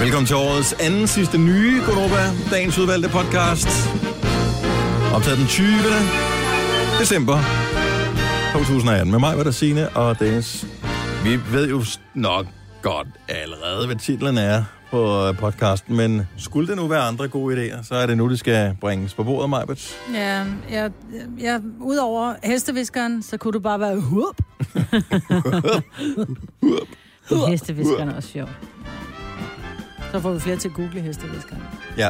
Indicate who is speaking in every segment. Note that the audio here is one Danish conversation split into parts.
Speaker 1: Velkommen til årets anden sidste nye Gonova, dagens udvalgte podcast. Optaget den 20. december 2018. Med mig var der Signe og Dennis. Vi ved jo nok godt allerede, hvad titlen er på podcasten, men skulle det nu være andre gode idéer, så er det nu, det skal bringes på bordet, Majbert.
Speaker 2: Ja, udover hesteviskeren, så kunne du bare være hup.
Speaker 3: Hesteviskeren er også sjov.
Speaker 2: Så får vi flere til at google hesteviskeren.
Speaker 1: Ja.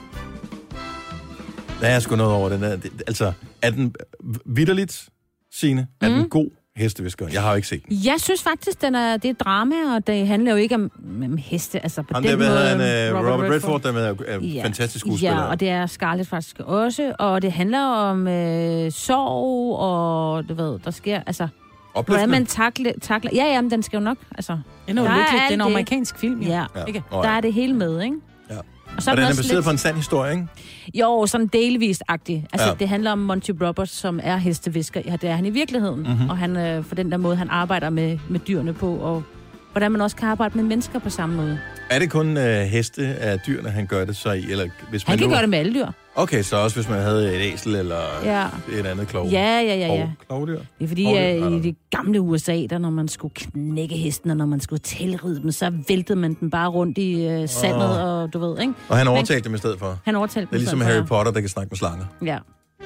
Speaker 1: Der er sgu noget over den der. Altså, er den vitterligt, Signe? Er den god hesteviskeren? Jeg har jo ikke set den.
Speaker 3: Jeg synes faktisk, det er drama, og det handler jo ikke om heste. Altså på den måde.
Speaker 1: Robert Redford, der er fantastisk skuespiller.
Speaker 3: Ja, og det er Scarlett faktisk også. Og det handler om sorg, og du ved, der sker, altså... Hvordan man takler... Ja, men den skal jo nok, altså...
Speaker 2: Det er en amerikansk film,
Speaker 3: ja. Ikke? Der er det hele med, ikke?
Speaker 1: Ja. Og den er baseret på en sand historie, ikke?
Speaker 3: Jo, sådan delvist-agtig. Altså, det handler om Monty Roberts, som er hestevisker. Ja, det er han i virkeligheden. Mm-hmm. Og han, for den der måde, han arbejder med dyrene på, og hvordan man også kan arbejde med mennesker på samme måde. Er det kun
Speaker 1: heste af dyrene, han gør det så i? Eller hvis man
Speaker 3: han kan gøre det med alle dyr.
Speaker 1: Okay, så også hvis man havde et æsel eller et andet klov.
Speaker 3: Ja.
Speaker 1: Klovdyr?
Speaker 3: Det er fordi, i det gamle USA, der når man skulle knække hesten, og når man skulle tilride dem, så væltede man dem bare rundt i sandet, og du ved, ikke?
Speaker 1: Og han overtalte dem i stedet for?
Speaker 3: Han overtalte dem.
Speaker 1: Det er ligesom Harry Potter, der kan snakke med slanger.
Speaker 3: Ja.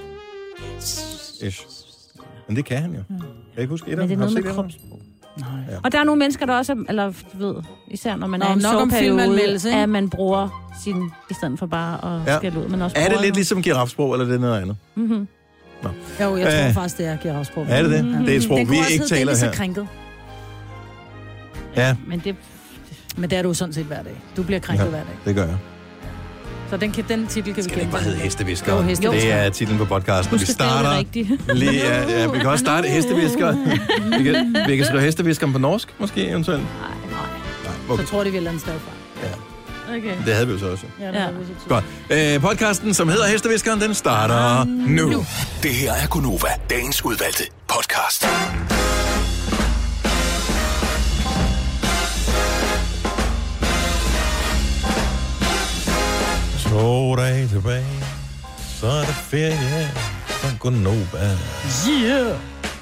Speaker 1: Ish. Men det kan han jo. Jeg kan ikke huske et af dem.
Speaker 3: Men det er noget med kropssprog. Ja. Og der er nogle mennesker, der også, eller du ved, især når man er i en soveperiode, at man bruger sin, i stedet for bare at skælde ud. Men også
Speaker 1: er det lidt ligesom girafsprog, eller er det noget andet?
Speaker 3: Mm-hmm.
Speaker 2: Jo, jeg tror faktisk, det er girafsprog.
Speaker 1: Er det det? Mm-hmm. Det er et sprog, vi ikke taler her.
Speaker 2: Krænket.
Speaker 1: Ja.
Speaker 2: Men det er du sådan set hver dag. Du bliver krænket hver dag.
Speaker 1: Det gør jeg.
Speaker 2: Så den titel kan vi kende.
Speaker 1: Skal det ikke bare hedde hestevisker? Det er titlen på podcasten. Vi starter lige, vi kan også starte hestevisker. vi kan skrive hesteviskeren på norsk, måske eventuelt.
Speaker 2: Nej. Okay. Så tror de, vi er landet stav fra.
Speaker 1: Ja. Okay. Det havde vi jo så også.
Speaker 2: Ja.
Speaker 1: Godt. Podcasten, som hedder Hesteviskeren, den starter nu.
Speaker 4: Det her er Gonova, dagens udvalgte podcast.
Speaker 1: To dage tilbage, så er det ferie fra Gonova.
Speaker 2: Yeah!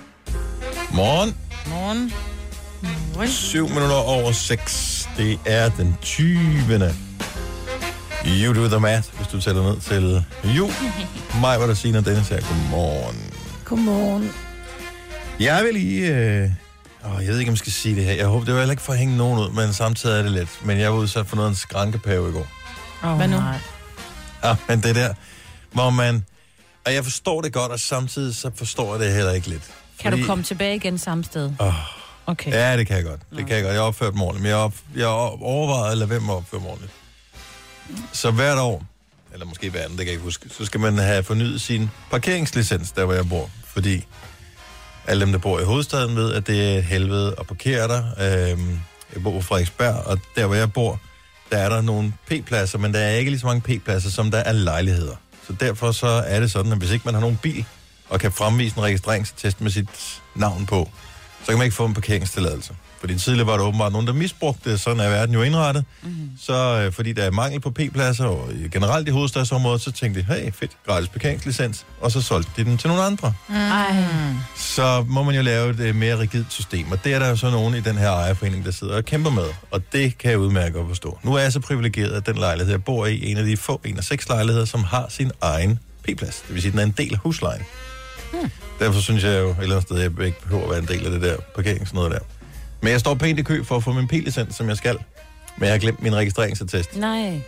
Speaker 1: Morgen. 7 minutter over 6. Det er den 20. You do the math, hvis du tæller ned til jul. Mig var der sige, når Dennis her. Godmorgen. Jeg vil lige... jeg ved ikke, om jeg skal sige det her. Jeg håber, det var heller ikke for at hænge nogen ud, men samtidig er det let. Men jeg var udsat for noget af en skrankepave i går.
Speaker 2: Hvad nu?
Speaker 1: Ja, men det der, hvor man... Og jeg forstår det godt, og samtidig så forstår jeg det heller ikke lidt.
Speaker 3: Kan du komme tilbage igen samme sted? Okay.
Speaker 1: Ja, det kan jeg godt. Det kan jeg godt. Jeg har opført mig ordentligt, men jeg overvejet at lade være med at opføre mig ordentligt. Så hvert år, eller måske hver anden, det kan jeg ikke huske, så skal man have fornyet sin parkeringslicens, der hvor jeg bor. Fordi alle dem, der bor i hovedstaden, ved, at det er et helvede at parkere der. Jeg bor på Frederiksberg, og der hvor jeg bor, der er der nogle P-pladser, men der er ikke lige så mange P-pladser, som der er lejligheder. Så derfor så er det sådan, at hvis ikke man har nogen bil, og kan fremvise en registreringstest med sit navn på, så kan man ikke få en parkeringstilladelse. Fordi tidligere var der åbenbart nogen, der misbrugte det. Sådan er verden jo indrettet. Mm-hmm. Så fordi der er mangel på P-pladser, og generelt i hovedstadsområdet, så tænkte de, hey, fedt, gratis parkeringslicens. Og så solgte de den til nogle andre. Så må man jo lave et mere rigidt system. Og det er der jo så nogen i den her ejerforening, der sidder og kæmper med. Og det kan jeg udmærke at forstå. Nu er jeg så privilegeret, at den lejlighed, jeg bor i, en af de få 1 af 6 lejligheder, som har sin egen P-plads. Det vil sige, den er en del af huslejen. Derfor synes jeg jo et eller andet sted, jeg ikke behøver at være en del af det der parkeringsnød der. Men jeg står pænt i kø for at få min P-licens, som jeg skal. Men jeg har glemt min registreringsattest.
Speaker 3: Nej.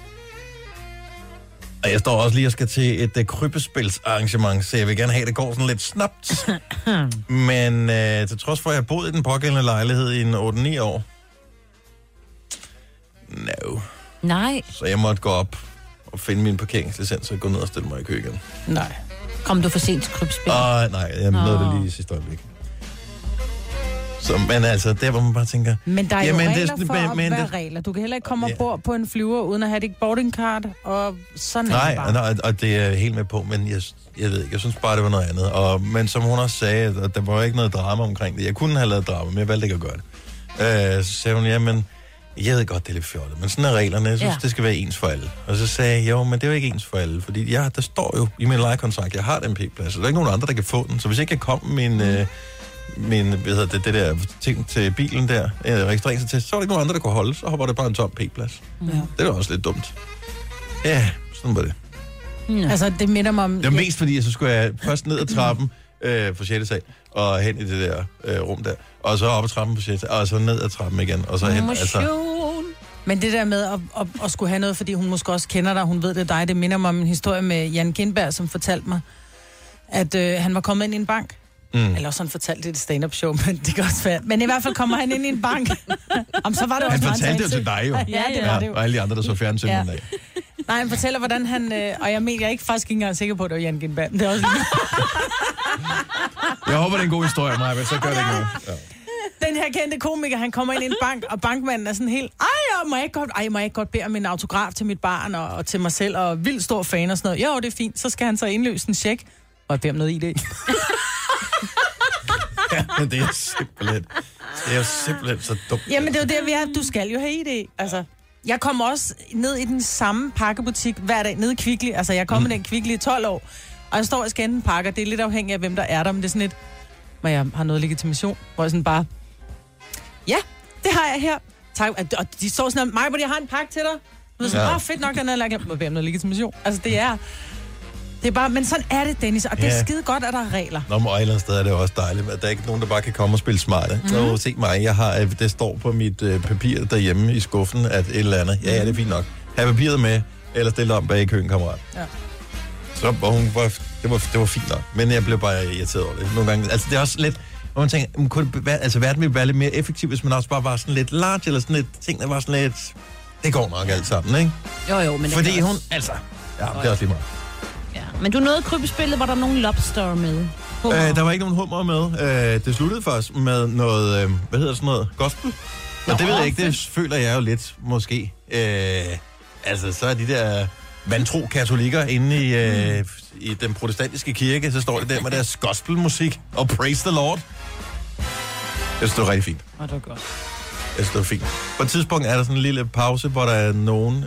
Speaker 1: Og jeg står også lige og skal til et krybespilsarrangement, så jeg vil gerne have, at det går sådan lidt snabt. Men til trods for, at jeg har boet i den pågældende lejlighed i en 8-9 år. No.
Speaker 3: Nej.
Speaker 1: Så jeg måtte gå op og finde min parkeringslicens og gå ned og stille mig i kø igen.
Speaker 3: Nej. Kom du for sent til krybspil?
Speaker 1: Nej, jeg nåede det lige i sidste øjeblik. Så, men altså, der hvor man bare tænker...
Speaker 2: Men der er jo regler for at være regler. Du kan heller ikke komme ombord på en flyver, uden at have dit boarding card, og sådan er det bare.
Speaker 1: Nej, og det er jeg helt med på, men jeg ved ikke, jeg synes bare, det var noget andet. Men som hun også sagde, at der var ikke noget drama omkring det. Jeg kunne have lavet drama, men jeg valgte ikke at gøre det. Så sagde hun, jamen, Jeg ved godt, det er lidt fjollet, men sådan er reglerne. Jeg synes, det skal være ens for alle. Og så sagde jeg, jo, men det er jo ikke ens for alle, fordi der står jo i min lejekontrakt, jeg har den P-plads, og der er ikke nogen andre, der kan få den. Så hvis ikke jeg kommer med min det der ting til bilen der, registreringsattest, så var der ikke nogen andre, der kunne holde, så hopper det bare en tom P-plads. Ja. Det er da også lidt dumt. Ja, sådan var det.
Speaker 2: Ja. Altså, det minder mig om...
Speaker 1: Det var mest fordi, så skulle jeg først ned ad trappen på 6. sal, og hen i det der rum der, og så op ad trappen på 6. og så ned ad trappen igen, og så hen. Altså...
Speaker 2: Men det der med at skulle have noget, fordi hun måske også kender dig, hun ved det er dig, det minder mig om en historie med Jan Gindberg, som fortalte mig, at han var kommet ind i en bank. Eller også han fortalte det i et stand-up show, men det kan også være. Men i hvert fald kommer han ind i en bank. Så var det også
Speaker 1: han fortalte det til dig jo.
Speaker 2: Ja, det var det jo.
Speaker 1: Og alle de andre, der så fjernsyn den dag.
Speaker 2: Nej, han fortæller, hvordan han... og jeg er ikke faktisk ikke engang sikker på, at det var Jan Gindberg. Det er også
Speaker 1: jeg håber, det er en god historie, Maja, men så gør det ikke noget. Ja.
Speaker 2: Den her kendte komiker, han kommer ind i en bank, og bankmanden er sådan helt... må jeg ikke godt bede om en autograf til mit barn og til mig selv, og vildt stor fan og sådan noget. Jo, det er fint. Så skal han så indløse en check, og bede om noget ID.
Speaker 1: Ja, men det er simpelthen så dumt.
Speaker 2: Jamen, det er jo det, vi er. Du skal jo have ID. Altså, jeg kommer også ned i den samme pakkebutik hver dag, ned i Kvickly. Altså, jeg kommer i den Kvickly i 12 år, og jeg står og skal enten pakker. Det er lidt afhængigt af, hvem der er der, men det er sådan lidt... Men jeg har noget legitimation, hvor jeg sådan bare... Ja, det har jeg her. Tak. Og de står sådan, mig, hvor jeg har en pakke til dig. Og så sådan, fedt nok, den er lagt. Må bede om noget legitimation. Altså, det er bare, men sådan er det, Dennis, og det er skide godt, at der er regler.
Speaker 1: Nå, men et eller andet sted er det også dejligt, at der er ikke nogen, der bare kan komme og spille smarte. Så se mig, det står på mit papir derhjemme i skuffen, at et eller andet. Ja, det er fint nok. Ha' papiret med, eller stille om bag i køen, kammerat. Ja. Så det var fint nok, men jeg blev bare irriteret over det. Nogle gange, altså det er også lidt, hvor man tænker, verden ville være lidt mere effektiv, hvis man også bare var sådan lidt large, eller sådan lidt ting, der var sådan lidt, det går nok alt sammen, ikke?
Speaker 3: Jo, men
Speaker 1: fordi hun, altså, det er også lige meget.
Speaker 3: Ja. Men du nåede krybespillet, var der nogen lobster med?
Speaker 1: Der var ikke nogen hummer med. Det sluttede først med noget, hvad hedder sådan noget, gospel? Og det ved jeg ikke, det føler jeg jo lidt, måske. Altså, så er de der vantro katolikker inde i den protestantiske kirke, så står det der med deres gospelmusik og praise the Lord. Det står rigtig fint.
Speaker 2: Det var godt.
Speaker 1: Det står fint. På et tidspunkt er der sådan en lille pause, hvor der er nogen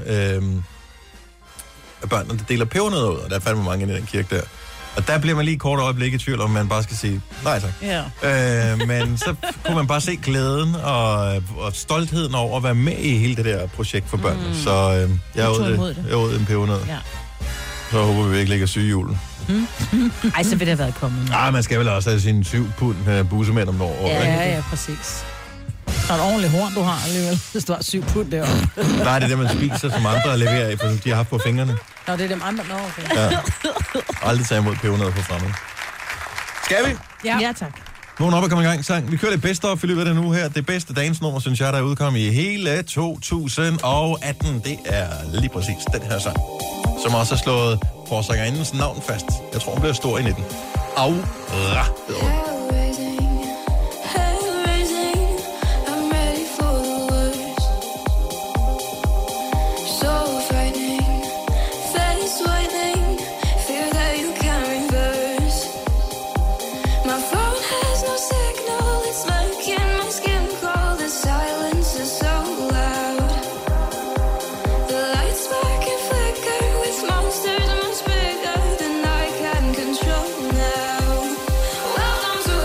Speaker 1: af børnene, der deler pebernødder ud, og der er fandme mange i den kirke der. Og der bliver man lige kort øjeblik i tvivl, om man bare skal sige nej tak.
Speaker 2: Ja.
Speaker 1: Men så kunne man bare se glæden og stoltheden over at være med i hele det der projekt for børnene. Så jeg åd en pebernød. Ja. Så håber vi ikke ligger syge i julen.
Speaker 3: Ej, så vil det have været kommet.
Speaker 1: Nej, man skal vel også have sine 7 pund busemænd om året.
Speaker 2: Ja, præcis. Så et ordentligt horn, du har alligevel, hvis du har 7 pund deroppe.
Speaker 1: Nej, det er det, man spiser, som andre leverer i, for de har haft på fingrene.
Speaker 2: Nå, det er dem andre. Nå, okay.
Speaker 1: Ja. Aldrig tage imod pebernødder på fremmede. Skal vi?
Speaker 2: Ja, tak.
Speaker 1: Vågn op og kom i gang, sang. Vi kører det bedste op i løbet af den uge her. Det bedste dansnummer, synes jeg, der er udkommet i hele 2018. Det er lige præcis den her sang, som også har slået forsangerindens navn fast. Jeg tror, hun bliver stor i 19. Aura hedder hun.
Speaker 5: Monsters and much bigger than I can control now. Welcome to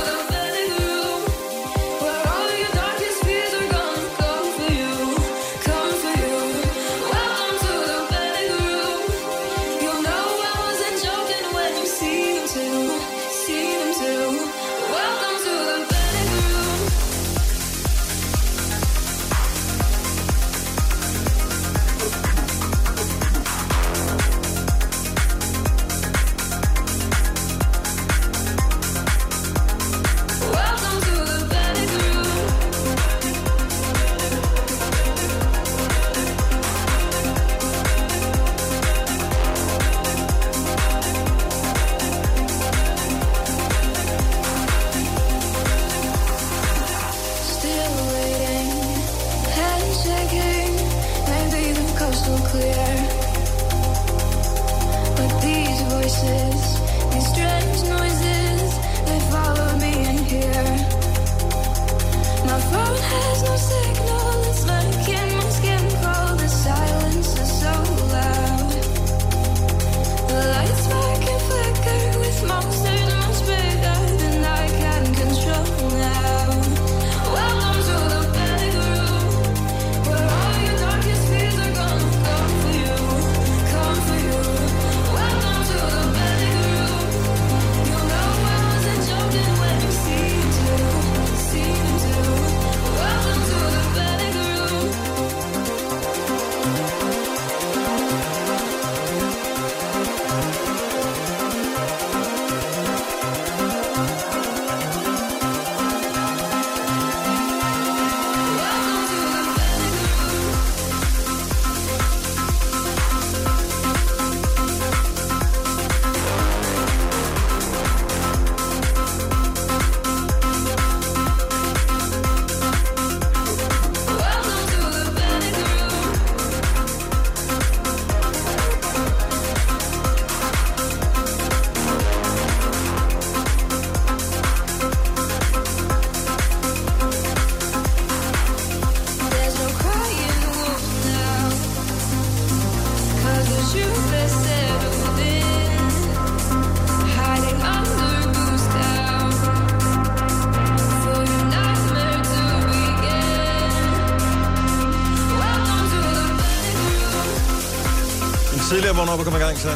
Speaker 1: vågne op og komme i gang så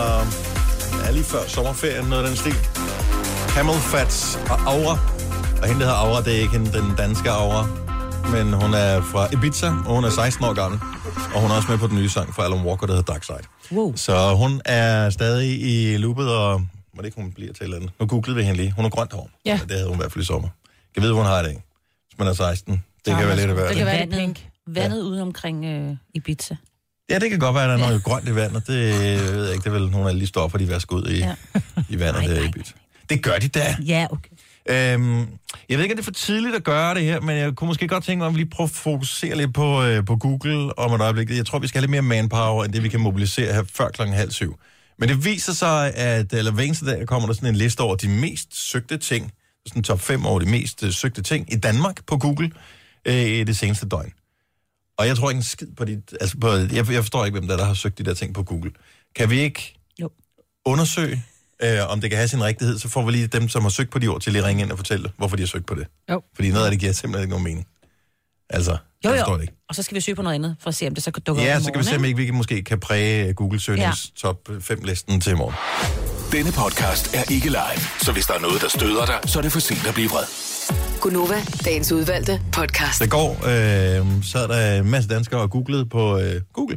Speaker 1: fra lige før sommerferien, noget af den stil. Camel Fats og Aura. Og hende, der hedder Aura, det er ikke den danske Aura, men hun er fra Ibiza, og hun er 16 år gammel. Og hun er også med på den nye sang fra Alan Walker, der hedder Dark Side.
Speaker 3: Wow.
Speaker 1: Så hun er stadig i loopet, og må det ikke, hun bliver til et eller andet. Nu googlede vi hende lige. Hun har grønt hår.
Speaker 2: Ja.
Speaker 1: Det havde hun i hvert fald i sommer. Jeg ved, hvor hun har det, ikke? Hvis man er 16. Det kan være lidt af
Speaker 2: Det
Speaker 1: hvert.
Speaker 2: kan være lidt pink.
Speaker 3: Vandet ude omkring Ibiza.
Speaker 1: Ja, det kan godt være, at der er noget grønt i vandet. Det ved jeg ikke. Det er vel nogle af de lige stoffer, de vasker ud i vandet der i Ibiza. Det gør de da.
Speaker 3: Ja, okay.
Speaker 1: Jeg ved ikke, om det er for tidligt at gøre det her, men jeg kunne måske godt tænke mig, at vi lige prøver at fokusere lidt på Google om et øjeblik. Jeg tror, vi skal have lidt mere manpower, end det vi kan mobilisere her før 6:30. Men det viser sig, at hver eneste dag kommer der sådan en liste over de mest søgte ting, sådan top 5 over de mest søgte ting i Danmark på Google i det seneste døgn. Og jeg tror ikke en skid på jeg forstår ikke, hvem der har søgt de der ting på Google. Kan vi ikke undersøge, om det kan have sin rigtighed, så får vi lige dem, som har søgt på de ord, til lige ringe ind og fortælle, hvorfor de har søgt på det.
Speaker 2: Jo.
Speaker 1: Fordi noget af det giver simpelthen ikke nogen mening. Altså, jeg forstår det ikke.
Speaker 3: Og så skal vi søge på noget andet, for at se, om det så kan dukke op i
Speaker 1: Ja,
Speaker 3: morgen,
Speaker 1: så kan vi se, om ikke vi måske kan præge Google-søgnings top 5-listen til i morgen.
Speaker 4: Denne podcast er ikke live, så hvis der er noget, der støder dig, så er det for sent at blive vred.
Speaker 5: Gunova, dagens udvalgte podcast.
Speaker 1: I går sad der en masse danskere og googlede på Google,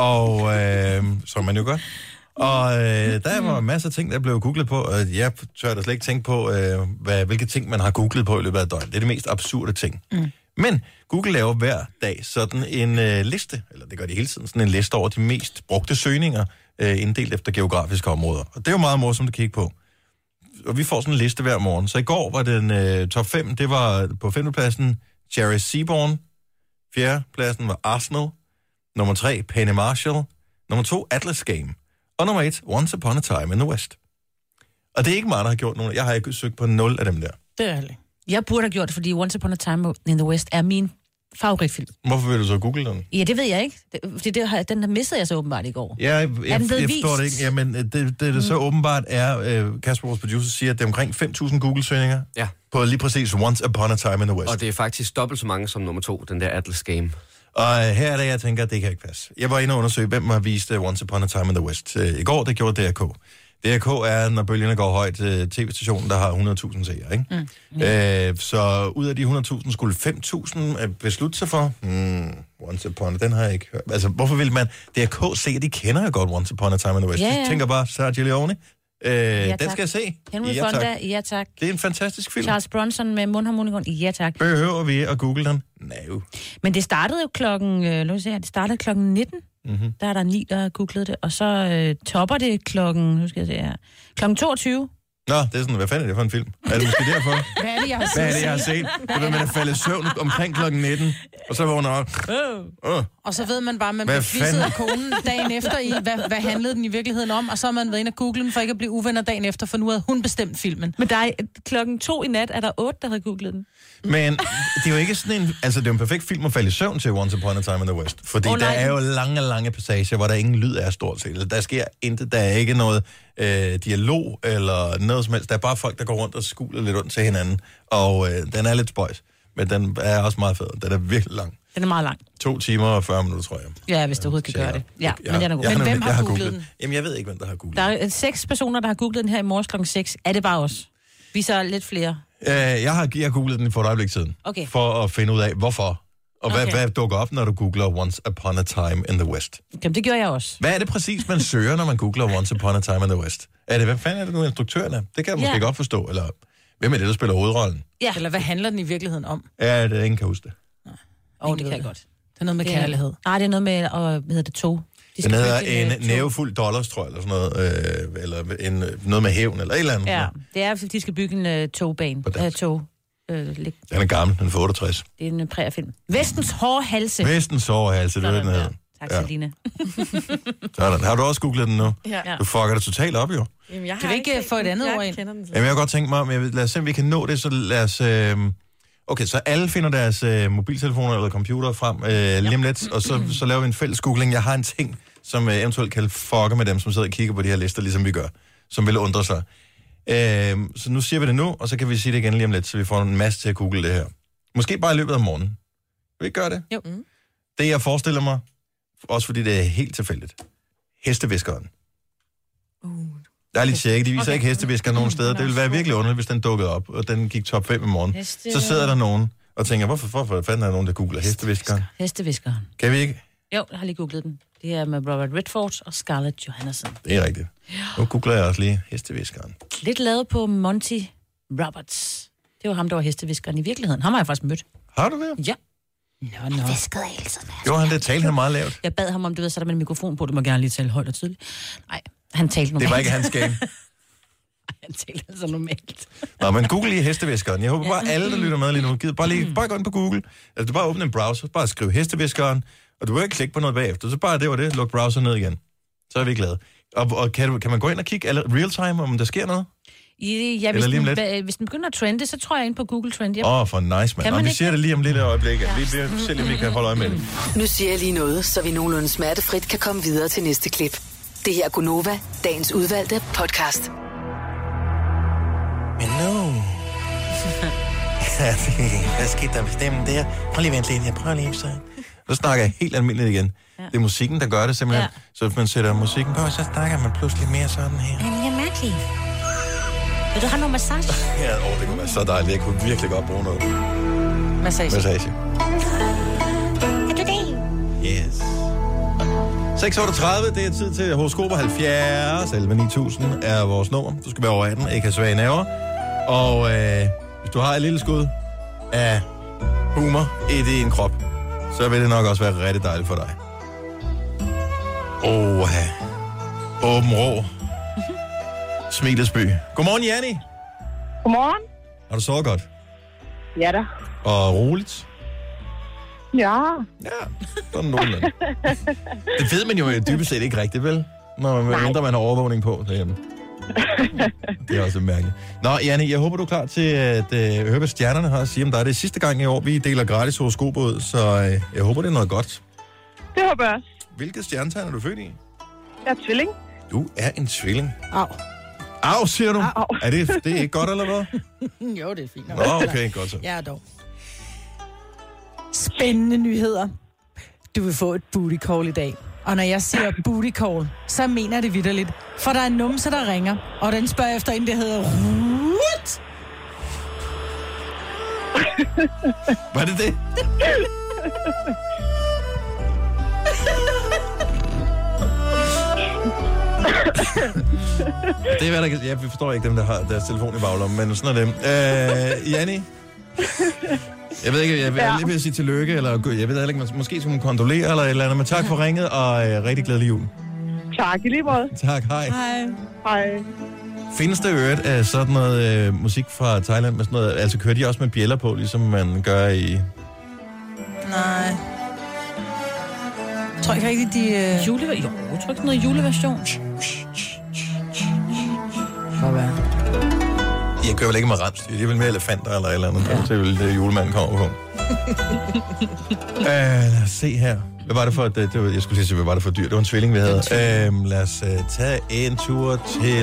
Speaker 1: og som man jo gør. Og der var masser af ting, der blev googlet på, og jeg tør da slet ikke tænke på, hvilke ting man har googlet på i løbet af et døgn. Det er de mest absurde ting. Men Google laver hver dag sådan en liste, eller det gør de hele tiden, sådan en liste over de mest brugte søgninger, inddelt efter geografiske områder. Og det er jo meget morsomt at kigge på. Og vi får sådan en liste hver morgen. Så i går var den top 5, det var på 5. pladsen Jerry Seaborn, 4. pladsen var Arsenal, nummer 3 Penny Marshall, nummer 2 Atlas Game, og nummer 1 Once Upon a Time in the West. Og det er ikke mig, der har gjort nogen. Jeg har ikke søgt på 0 af dem der.
Speaker 2: Det er ærligt.
Speaker 3: Jeg burde have gjort det, fordi Once Upon a Time in the West er min favoritfilm.
Speaker 1: Hvorfor vil du så google den?
Speaker 3: Ja, det ved jeg ikke. Fordi den mistede jeg så åbenbart i går.
Speaker 1: Ja, jeg forstår det ikke. Jamen, det så åbenbart er, Kasper, vores producer, siger, at det er omkring 5.000 Google-søgninger på lige præcis Once Upon a Time in the West.
Speaker 6: Og det er faktisk dobbelt så mange som nummer 2, den der Atlas Game.
Speaker 1: Og her er det, jeg tænker, at det kan ikke passe. Jeg var inde og undersøge, hvem har vist Once Upon a Time in the West. I går, det gjorde DRK. DRK er, når bølgerne går højt, tv-stationen, der har 100.000 seere, ikke? Så ud af de 100.000 skulle 5.000 beslutte sig for, Once Upon, den har jeg ikke hørt. Altså, hvorfor vil man? DRK se, de kender jo godt Once Upon a Time in the West.
Speaker 3: Ja,
Speaker 1: De tænker bare, Sergio Leone, den skal jeg se.
Speaker 3: Henry Fonda, ja tak.
Speaker 1: Det er en fantastisk film.
Speaker 3: Charles Bronson med mundharmonikon, ja tak.
Speaker 1: Behøver vi at google den? Nej.
Speaker 3: Men det startede jo klokken 19. Der er der 9, der har googlet det, og så topper det klokken 22.
Speaker 1: Nå, det er sådan, hvad fanden er det for en film? Er det måske derfor?
Speaker 2: Hvad er det, jeg har set?
Speaker 1: Hvad er det, jeg har set? Det vil man er faldet i søvn omkring klokken 19, og så vågner op.
Speaker 2: Og så ved man bare, at man
Speaker 1: Hvad
Speaker 2: bliver quizet
Speaker 1: fanden?
Speaker 2: af konen dagen efter i, hvad handlede den i virkeligheden om, og så har man været inde og google den, for ikke at blive uvenner dagen efter, for nu havde hun bestemt filmen.
Speaker 3: Men der er, klokken 2 i nat er der 8, der har googlet den.
Speaker 1: Men det er jo ikke sådan en... Altså, det er jo en perfekt film at falde i søvn til Once Upon a Time in the West. Fordi der er jo lange passager, hvor der ingen lyd er stort set. Der sker intet. Der er ikke noget dialog eller noget som helst. Der er bare folk, der går rundt og skuler lidt rundt til hinanden. Og den er lidt spøjs. Men den er også meget fed. Den er virkelig lang.
Speaker 3: Den er meget lang.
Speaker 1: 2 timer og 40 minutter, tror jeg.
Speaker 3: Ja, hvis du overhovedet kan gøre det. Ja, men den er god.
Speaker 2: Men hvem har googlet den?
Speaker 1: Jamen, jeg ved ikke, hvem der har googlet
Speaker 3: Der er 6 personer, der har googlet den her i morges klokken 6. Er det bare os? Vi så lidt flere.
Speaker 1: Jeg har googlet den for et øjeblik siden.
Speaker 3: Okay.
Speaker 1: For at finde ud af, hvorfor. Og hvad dukker op, når du googler Once Upon a Time in the West?
Speaker 3: Jamen, det gør jeg også.
Speaker 1: Hvad er det præcis, man søger, når man googler Once Upon a Time in the West? Hvad fanden er det nu, instruktøren er? Det kan jeg måske godt forstå. Eller hvem er det, der spiller hovedrollen?
Speaker 3: Ja.
Speaker 2: Eller hvad handler den i virkeligheden om?
Speaker 1: Ja, det ingen kan huske det.
Speaker 3: Det kan jeg godt.
Speaker 2: Det er noget med kærlighed.
Speaker 3: Nej, det er noget med, hvad hedder det, tog.
Speaker 1: Den hedder en nævefuld dollars, tror jeg, eller sådan noget. Eller noget med hævn, eller et eller andet.
Speaker 3: Ja, det er, fordi de skal bygge en togbane.
Speaker 1: Den er gammel, den er 68.
Speaker 3: Det er en prærfilm. Vestens hårde halse.
Speaker 1: Vestens hårde halse, det er den hedder.
Speaker 3: Tak, Selina.
Speaker 1: Sådan. Har du også googlet den nu?
Speaker 7: Ja.
Speaker 1: Du fucker det totalt op, jo.
Speaker 7: Jamen, jeg
Speaker 2: Kan vi ikke få et andet ord ind?
Speaker 1: Jamen, jeg har godt tænkt mig, men lad os se, om vi kan nå det, så lad os... Okay, så alle finder deres mobiltelefoner eller computer frem lige om lidt, og så laver vi en fælles googling. Jeg har en ting, som eventuelt kan fucke med dem, som sidder og kigger på de her lister, ligesom vi gør, som vil undre sig. Så nu siger vi det nu, og så kan vi sige det igen lige om lidt, så vi får en masse til at google det her. Måske bare i løbet af morgenen. Vil vi ikke gøre det?
Speaker 2: Jo.
Speaker 1: Det, jeg forestiller mig, også fordi det er helt tilfældigt, hesteviskeren. Der er lidt tjekket. De viser ikke hesteviskeren nogen steder. Det ville være virkelig underligt, hvis den dukkede op, og den gik top 5 i morgen. Så sidder der nogen og tænker, hvorfor fanden er der nogen, der googler hesteviskeren?
Speaker 3: Hesteviskeren.
Speaker 1: Kan vi ikke?
Speaker 3: Jo, jeg har lige googlet den. Det er med Robert Redford og Scarlett Johansson.
Speaker 1: Det er rigtigt. Nu googler jeg også lige hesteviskeren.
Speaker 3: Lidt lavet på Monty Roberts. Det var ham, der var hesteviskeren i virkeligheden. Ham har jeg faktisk mødt.
Speaker 1: Har du det?
Speaker 3: Ja. Nå. Jeg viskede hele tiden.
Speaker 1: Jo, han talte han meget lavt.
Speaker 3: Jeg bad ham om, du ved, så der med en mikrofon på, du må gerne lige tale højt og tydeligt. Nej, han talte normalt.
Speaker 1: Det var ikke hans game.
Speaker 3: Han talte altså normalt.
Speaker 1: Nå, men google lige hesteviskeren. Jeg håber bare, alle, der lytter med lige nu, gider bare gå ind på Google. Altså, du bare åbne en browser, bare skriv hesteviskeren, og du vil ikke klikke på noget bagefter. Så bare det var det, luk browser ned igen. Så er vi glade. Og kan man gå ind og kigge real time, om der sker noget?
Speaker 3: Ja, hvis den begynder at trende, så tror jeg ind på Google Trend.
Speaker 1: For nice, man. Og vi ser det lige om lidt øjeblik. Vi bliver selv, om vi kan holde øje med det.
Speaker 5: Nu siger jeg lige noget, så vi nogenlunde smertefrit kan komme videre til næste klip. Det her er Gunova, dagens udvalgte podcast.
Speaker 1: Men nu... Hvad skete der med stemmen der? Prøv lige vent lidt, jeg prøver lige så... Så snakker jeg helt almindeligt igen. Ja. Det er musikken, der gør det simpelthen. Ja. Så hvis man sætter musikken på, så snakker man pludselig mere sådan her.
Speaker 3: Jamen, jeg er mærkelig. Vil du have noget massage?
Speaker 1: Ja, det kunne være så dejligt. Jeg kunne virkelig godt bruge noget.
Speaker 2: Massage.
Speaker 3: Er du det?
Speaker 1: Yes. 6:38, det er tid til horoskoper 70. 11.9000 er vores nummer. Du skal være over 18, ikke have svage nerver. Og hvis du har et lille skud af humor i din krop, så vil det nok også være rigtig dejligt for dig. Åben rå. Smilets by. Godmorgen, Janni.
Speaker 7: Godmorgen.
Speaker 1: Har du sovet godt?
Speaker 7: Ja da.
Speaker 1: Og roligt?
Speaker 7: Ja.
Speaker 1: Ja, sådan nogenlunde. Det ved man jo dybest set ikke rigtigt, vel? Når man har overvågning på derhjemme. Det er også mærkeligt. Nå, Janni, jeg håber, du er klar til at høre, hvad stjernerne har at sige om dig. Det er sidste gang i år, vi deler gratis horoskoper ud, så jeg håber, det er noget godt.
Speaker 7: Det håber jeg også.
Speaker 1: Hvilket stjernetegn er du født i?
Speaker 7: Jeg er tvilling.
Speaker 1: Du er en tvilling.
Speaker 2: Au,
Speaker 1: siger du?
Speaker 7: Au.
Speaker 1: Er det ikke godt, eller hvad?
Speaker 2: Jo, det er fint.
Speaker 1: Nå, okay, godt så.
Speaker 2: Ja, dog. Spændende nyheder. Du vil få et booty call i dag. Og når jeg siger booty call, så mener det vitterligt. For der er en numse, der ringer, og den spørger efter en, der hedder Rut.
Speaker 1: Var det det? Det er hvad der... Jeg forstår ikke dem, der har deres telefon i baglommen, men sådan er det. Janni? Jeg ved ikke, jeg vil lige vil sige tillykke, eller jeg ved ikke, måske skal man kondolere eller et eller andet, men tak for ringet, og rigtig glædelig jul.
Speaker 7: Tak i lige måde.
Speaker 1: Tak, hej.
Speaker 7: Hej.
Speaker 1: Findes der øvrigt af sådan noget musik fra Thailand med sådan noget, altså kører de også med bjælder på, ligesom man gør i...
Speaker 2: Nej. Jeg tror ikke rigtig, de...
Speaker 3: Jeg tror ikke noget juleversion.
Speaker 1: Jeg kører vel ikke med rens. Det er vel mere elefanter eller et eller andet. Ja. Det er vel det, julemanden kommer på. Lad os se her. Hvad var det for jeg skulle sige, hvad var det for dyr? Det var en tvilling, vi havde. Lad os tage en tur til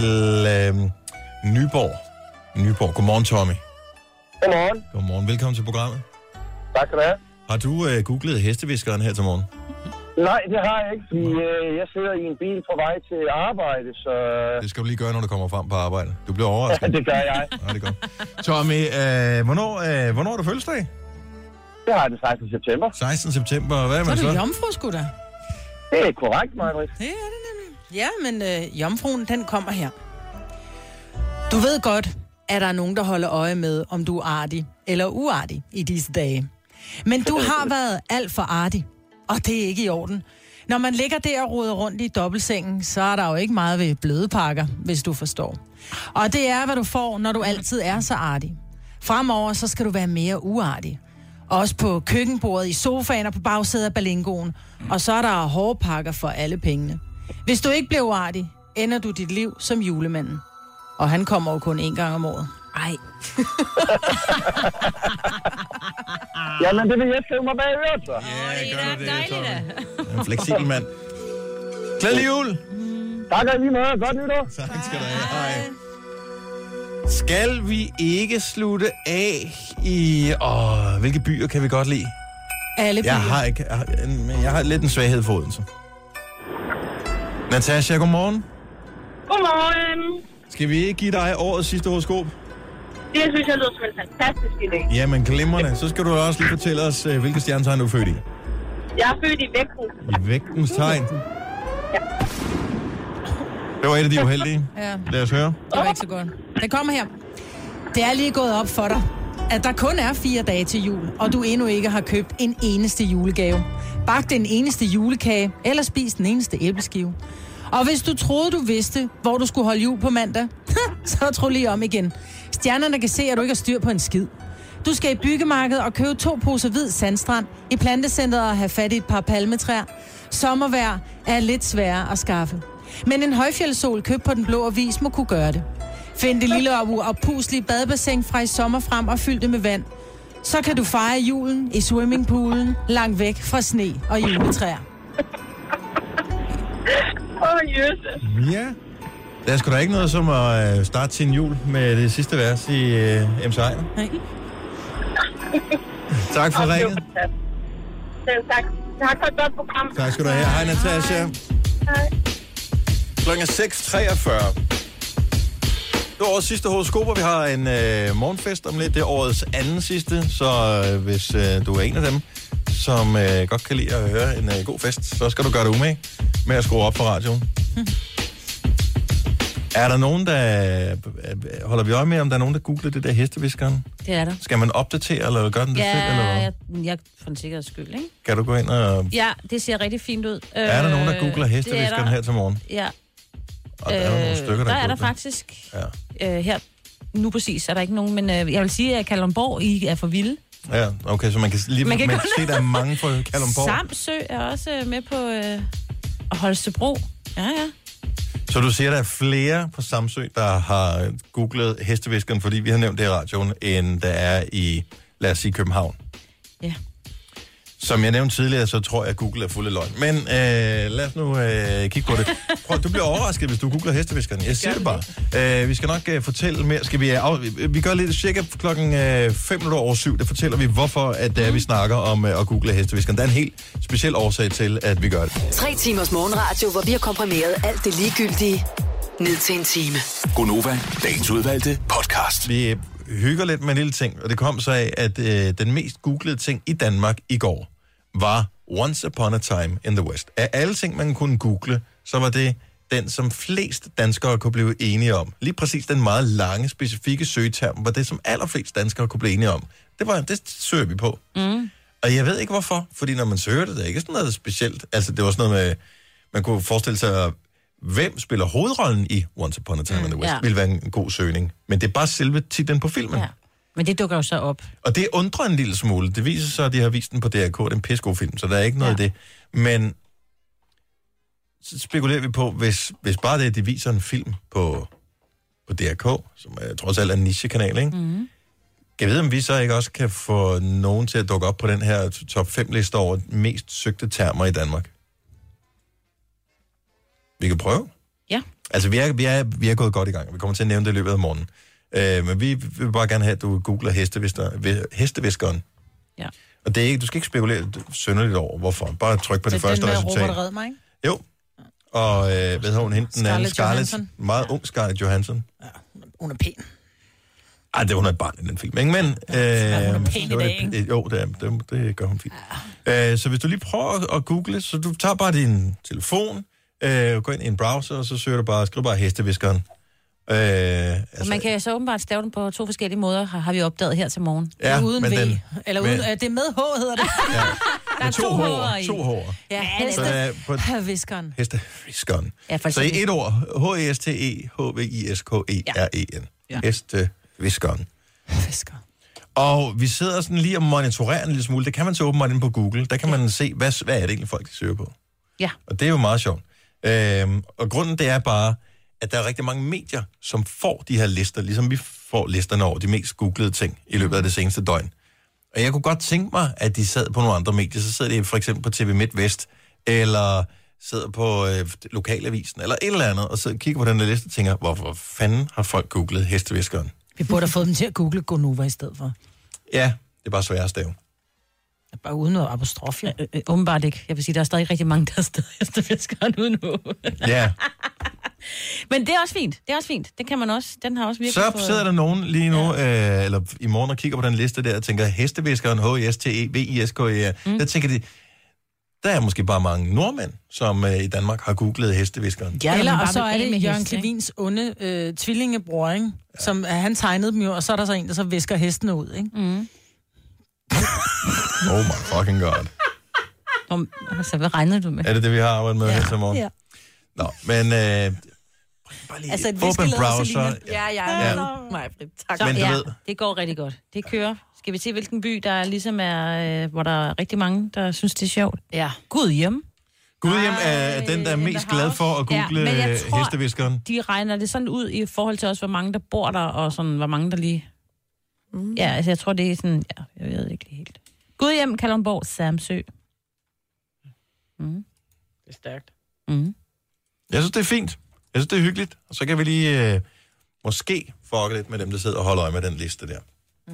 Speaker 1: Nyborg. Godmorgen, Tommy.
Speaker 8: Godmorgen.
Speaker 1: Godmorgen. Velkommen til programmet.
Speaker 8: Tak skal du have.
Speaker 1: Har du googlet hesteviskeren her til morgen?
Speaker 8: Nej, det har jeg ikke, fordi jeg sidder i en bil på vej til arbejde, så...
Speaker 1: Det skal du lige gøre, når du kommer frem på arbejde. Du bliver overrasket.
Speaker 8: Ja, det gør jeg.
Speaker 1: Ja, det er godt. Tommy, hvornår er du fødselsdag?
Speaker 8: Det har jeg den 16. september.
Speaker 1: 16. september, hvad er man så?
Speaker 2: Så er du jomfru, sgu da.
Speaker 8: Det er korrekt, Maja-Britt.
Speaker 2: Det er det nemlig. Ja, men jomfruen, den kommer her. Du ved godt, at der er nogen, der holder øje med, om du er artig eller uartig i disse dage. Men du har været alt for artig, og det er ikke i orden. Når man ligger der og roder rundt i dobbeltsengen, så er der jo ikke meget ved blødepakker, hvis du forstår. Og det er, hvad du får, når du altid er så artig. Fremover, så skal du være mere uartig. Også på køkkenbordet, i sofaen og på bagsædet af balingoen. Og så er der hårpakker for alle pengene. Hvis du ikke bliver uartig, ender du dit liv som julemanden. Og han kommer jo kun 1 gang om året.
Speaker 3: Ej.
Speaker 8: Jamen, det vil jeg skrive mig bag øret, så.
Speaker 1: Ja, gør det dejligt. En fleksibel mand. Glædelig jul!
Speaker 8: Tak og lige måde. Godt nytår.
Speaker 1: Tak skal du have. Hej. Skal vi ikke slutte af i... hvilke byer kan vi godt lide?
Speaker 2: Alle byer.
Speaker 1: Jeg har lidt en svaghed for Odense. Natasha, godmorgen.
Speaker 7: Godmorgen.
Speaker 1: Skal vi ikke give dig årets sidste horoskop?
Speaker 7: Det synes jeg lyder som en fantastisk idé.
Speaker 1: Jamen, glimrende. Så skal du også lige fortælle os, hvilke stjernetegn du er født i.
Speaker 7: Jeg er født i vægten.
Speaker 1: I vægtens tegn.
Speaker 7: Ja.
Speaker 1: Det var et af de uheldige.
Speaker 2: Ja.
Speaker 1: Lad os høre.
Speaker 2: Det var ikke så godt. Det kommer her. Det er lige gået op for dig, at der kun er 4 dage til jul, og du endnu ikke har købt en eneste julegave. Bag den eneste julekage, eller spis den eneste æbleskive. Og hvis du troede, du vidste, hvor du skulle holde jul på mandag, så tro lige om igen. Stjernerne kan se, at du ikke har styr på en skid. Du skal i byggemarkedet og købe 2 poser hvid sandstrand, i plantecenteret og have fat i et par palmetræer. Sommervejr er lidt sværere at skaffe. Men en højfjeldssol købt på Den Blå Avis må kunne gøre det. Find det lille og puslige badebassin fra i sommer frem og fyld det med vand. Så kan du fejre julen i swimmingpoolen, langt væk fra sne og juletræer.
Speaker 7: Jesus.
Speaker 1: Ja. Der er sgu da ikke noget som at starte sin jul med det sidste vers i MC Ejner.
Speaker 2: Nej.
Speaker 1: Tak for ringet.
Speaker 7: Selv tak. Tak for et godt program.
Speaker 1: Tak skal du have. Hej, Natasha.
Speaker 7: Hej.
Speaker 1: Klokken er 6:43. Det var årets sidste horoskoper. Vi har en morgenfest om lidt. Det er årets anden sidste, så hvis du er en af dem, som godt kan lide at høre en god fest, så skal du gøre det umage med at skrue op for radioen. Er der nogen, der... Holder vi øje med, om der er nogen, der googler det der hesteviskeren?
Speaker 3: Det er der.
Speaker 1: Skal man opdatere, eller gør den det selv? Eller
Speaker 3: jeg for en sikkerheds skyld, ikke?
Speaker 1: Kan du gå ind og...
Speaker 3: Ja, det ser rigtig fint ud.
Speaker 1: Er der nogen, der googler hesteviskeren her til morgen?
Speaker 3: Ja.
Speaker 1: Og der er jo nogle stykker,
Speaker 3: der er der
Speaker 1: googler.
Speaker 3: faktisk.
Speaker 1: Ja.
Speaker 3: Her, nu præcis, er der ikke nogen, men jeg vil sige, at Kalundborg, I er for vilde.
Speaker 1: Ja, okay, så man kan lige man kan se, der er mange fra Kalundborg.
Speaker 3: Samsø er også med på Holstebro. Ja.
Speaker 1: Så du siger, der er flere på Samsø, der har googlet hesteviskeren, fordi vi har nævnt det i radioen, end der er i, lad os sige, København.
Speaker 3: Ja.
Speaker 1: Som jeg nævnte tidligere, så tror jeg, at Google er fuld af løgn. Men lad os nu kigge på det. Prøv, du bliver overrasket, hvis du googler hesteviskeren. Jeg siger det bare. Vi skal nok fortælle mere. Vi gør lidt cirka klokken 7:05. Der fortæller vi, hvorfor at, vi snakker om at google hesteviskeren. Der er en helt speciel årsag til, at vi gør det.
Speaker 5: 3 timers morgenradio, hvor vi har komprimeret alt det ligegyldige ned til en time.
Speaker 4: Gonova, dagens udvalgte podcast.
Speaker 1: Vi hygger lidt med en lille ting, og det kom så af, at den mest googlede ting i Danmark i går var Once Upon a Time in the West. Af alle ting, man kunne google, så var det den, som flest danskere kunne blive enige om. Lige præcis den meget lange, specifikke søgeterm var det, som allerflest danskere kunne blive enige om. Det søger vi på. Mm. Og jeg ved ikke hvorfor, fordi når man søger det, det er ikke sådan noget specielt. Altså, det var sådan noget med, man kunne forestille sig, hvem spiller hovedrollen i Once Upon a Time in the West, ville være en god søgning. Men det er bare selve titlen på filmen.
Speaker 3: Ja. Men det dukker jo så op.
Speaker 1: Og det undrer en lille smule. Det viser sig, at de har vist den på DRK. Det er en pissegod film, så der er ikke noget i det. Men så spekulerer vi på, hvis bare det, de viser en film på DRK, som er trods alt er en nichekanal, ikke? Mm-hmm. Kan jeg vide, om vi så ikke også kan få nogen til at dukke op på den her top 5-liste over mest søgte termer i Danmark? Vi kan prøve.
Speaker 3: Ja.
Speaker 1: Altså, vi er gået godt i gang. Vi kommer til at nævne det i løbet af morgenen. Men vi vil bare gerne have, at du googler hesteviskeren.
Speaker 3: Ja.
Speaker 1: Og det er ikke, du skal ikke spekulere synderligt over, hvorfor. Bare tryk på det første resultat.
Speaker 2: Det er den med Robert Redmer, ikke?
Speaker 1: Jo. Og hvad hedder hun hende? Den anden Scarlett. Meget ung Scarlett Johansson.
Speaker 2: Ja, hun er pæn.
Speaker 1: Ej, det hun er et barn i den film, ikke? Men,
Speaker 2: hun er pæn i dag, ikke?
Speaker 1: Jo, det gør hun fint. Ja. Så hvis du lige prøver at google, så du tager bare din telefon, gå ind i en browser, og så skriv bare hesteviskeren.
Speaker 3: Altså, man kan så åbenbart stave den på 2 forskellige måder, har vi opdaget her til morgen.
Speaker 1: Ja,
Speaker 2: uden V.
Speaker 1: Det
Speaker 2: er med H, hedder det.
Speaker 1: Ja.
Speaker 3: Der er 2 H'er i.
Speaker 1: 2 H'er.
Speaker 2: Ja, hesteviskeren.
Speaker 1: Hesteviskeren.
Speaker 3: Ja,
Speaker 1: så i et ord, Hesteviskeren.
Speaker 3: Ja.
Speaker 1: Hesteviskeren. Og vi sidder sådan lige og monitorerer en lille smule. Det kan man så åbenbart inde på Google. Der kan man se, hvad er det egentlig, folk søger på.
Speaker 3: Ja.
Speaker 1: Og det er jo meget sjovt. Og grunden det er bare, at der er rigtig mange medier, som får de her lister, ligesom vi får listerne over de mest googlede ting i løbet af det seneste døgn. Og jeg kunne godt tænke mig, at de sad på nogle andre medier. Så sidder de for eksempel på TV MidtVest, eller sidder på Lokalavisen, eller et eller andet, og så kigger på den der liste og tænker, hvorfor fanden har folk googlet hesteviskeren?
Speaker 2: Vi burde have fået dem til at google Gonova i stedet for.
Speaker 1: Ja, det er bare svært at stave.
Speaker 2: Bare uden noget apostrof, ja.
Speaker 3: Åbenbart ikke. Jeg vil sige, der er stadig rigtig mange, der er stadig hestefiskeren uden nu.
Speaker 1: Ja.
Speaker 3: Men det er også fint. Det er også fint. Det kan man også. Den har også virkelig
Speaker 1: Så sidder der nogen lige nu, eller i morgen, og kigger på den liste der, og tænker, hesteviskeren, H-E-S-T-E-V-I-S-K-E-R. Der tænker de, der er måske bare mange nordmænd, som i Danmark har googlet hesteviskeren.
Speaker 2: Ja, eller og så
Speaker 3: bare
Speaker 2: er
Speaker 3: af med
Speaker 2: det Jørgen
Speaker 3: heste,
Speaker 2: Klevins onde tvillingebror, ikke? Som han tegnede dem jo, og så er der så en, der så visker hestene ud, ikke?
Speaker 3: Mm.
Speaker 1: Oh my fucking god.
Speaker 3: Altså, hvad regnede du med?
Speaker 1: Er det, vi har arbejdet med her til morgen?
Speaker 2: Ja.
Speaker 1: Nå, men bare lige
Speaker 2: Altså et
Speaker 1: åbn
Speaker 2: viskeleder,
Speaker 1: browser.
Speaker 2: Selina.
Speaker 3: Ja.
Speaker 2: Nej, tak.
Speaker 3: Så,
Speaker 1: Men du
Speaker 3: ja,
Speaker 1: ved-
Speaker 3: det går rigtig godt. Det kører. Skal vi se, hvilken by, der ligesom er, hvor der er rigtig mange, der synes, det er sjovt?
Speaker 2: Ja.
Speaker 3: Gud hjem.
Speaker 1: Gudhjem er den, der er mest glad for at google
Speaker 3: men jeg tror,
Speaker 1: hesteviskeren.
Speaker 3: De regner det sådan ud i forhold til også, hvor mange der bor der, og sådan, hvor mange der lige... Ja, altså jeg tror, det er sådan... Ja, jeg ved ikke lige helt. Gudhjem, Kalundborg, Samsø.
Speaker 2: Det er stærkt.
Speaker 3: Mm.
Speaker 1: Jeg synes, det er fint. Jeg synes, det er hyggeligt. Og så kan vi lige måske fucke lidt med dem, der sidder og holder øje med den liste der.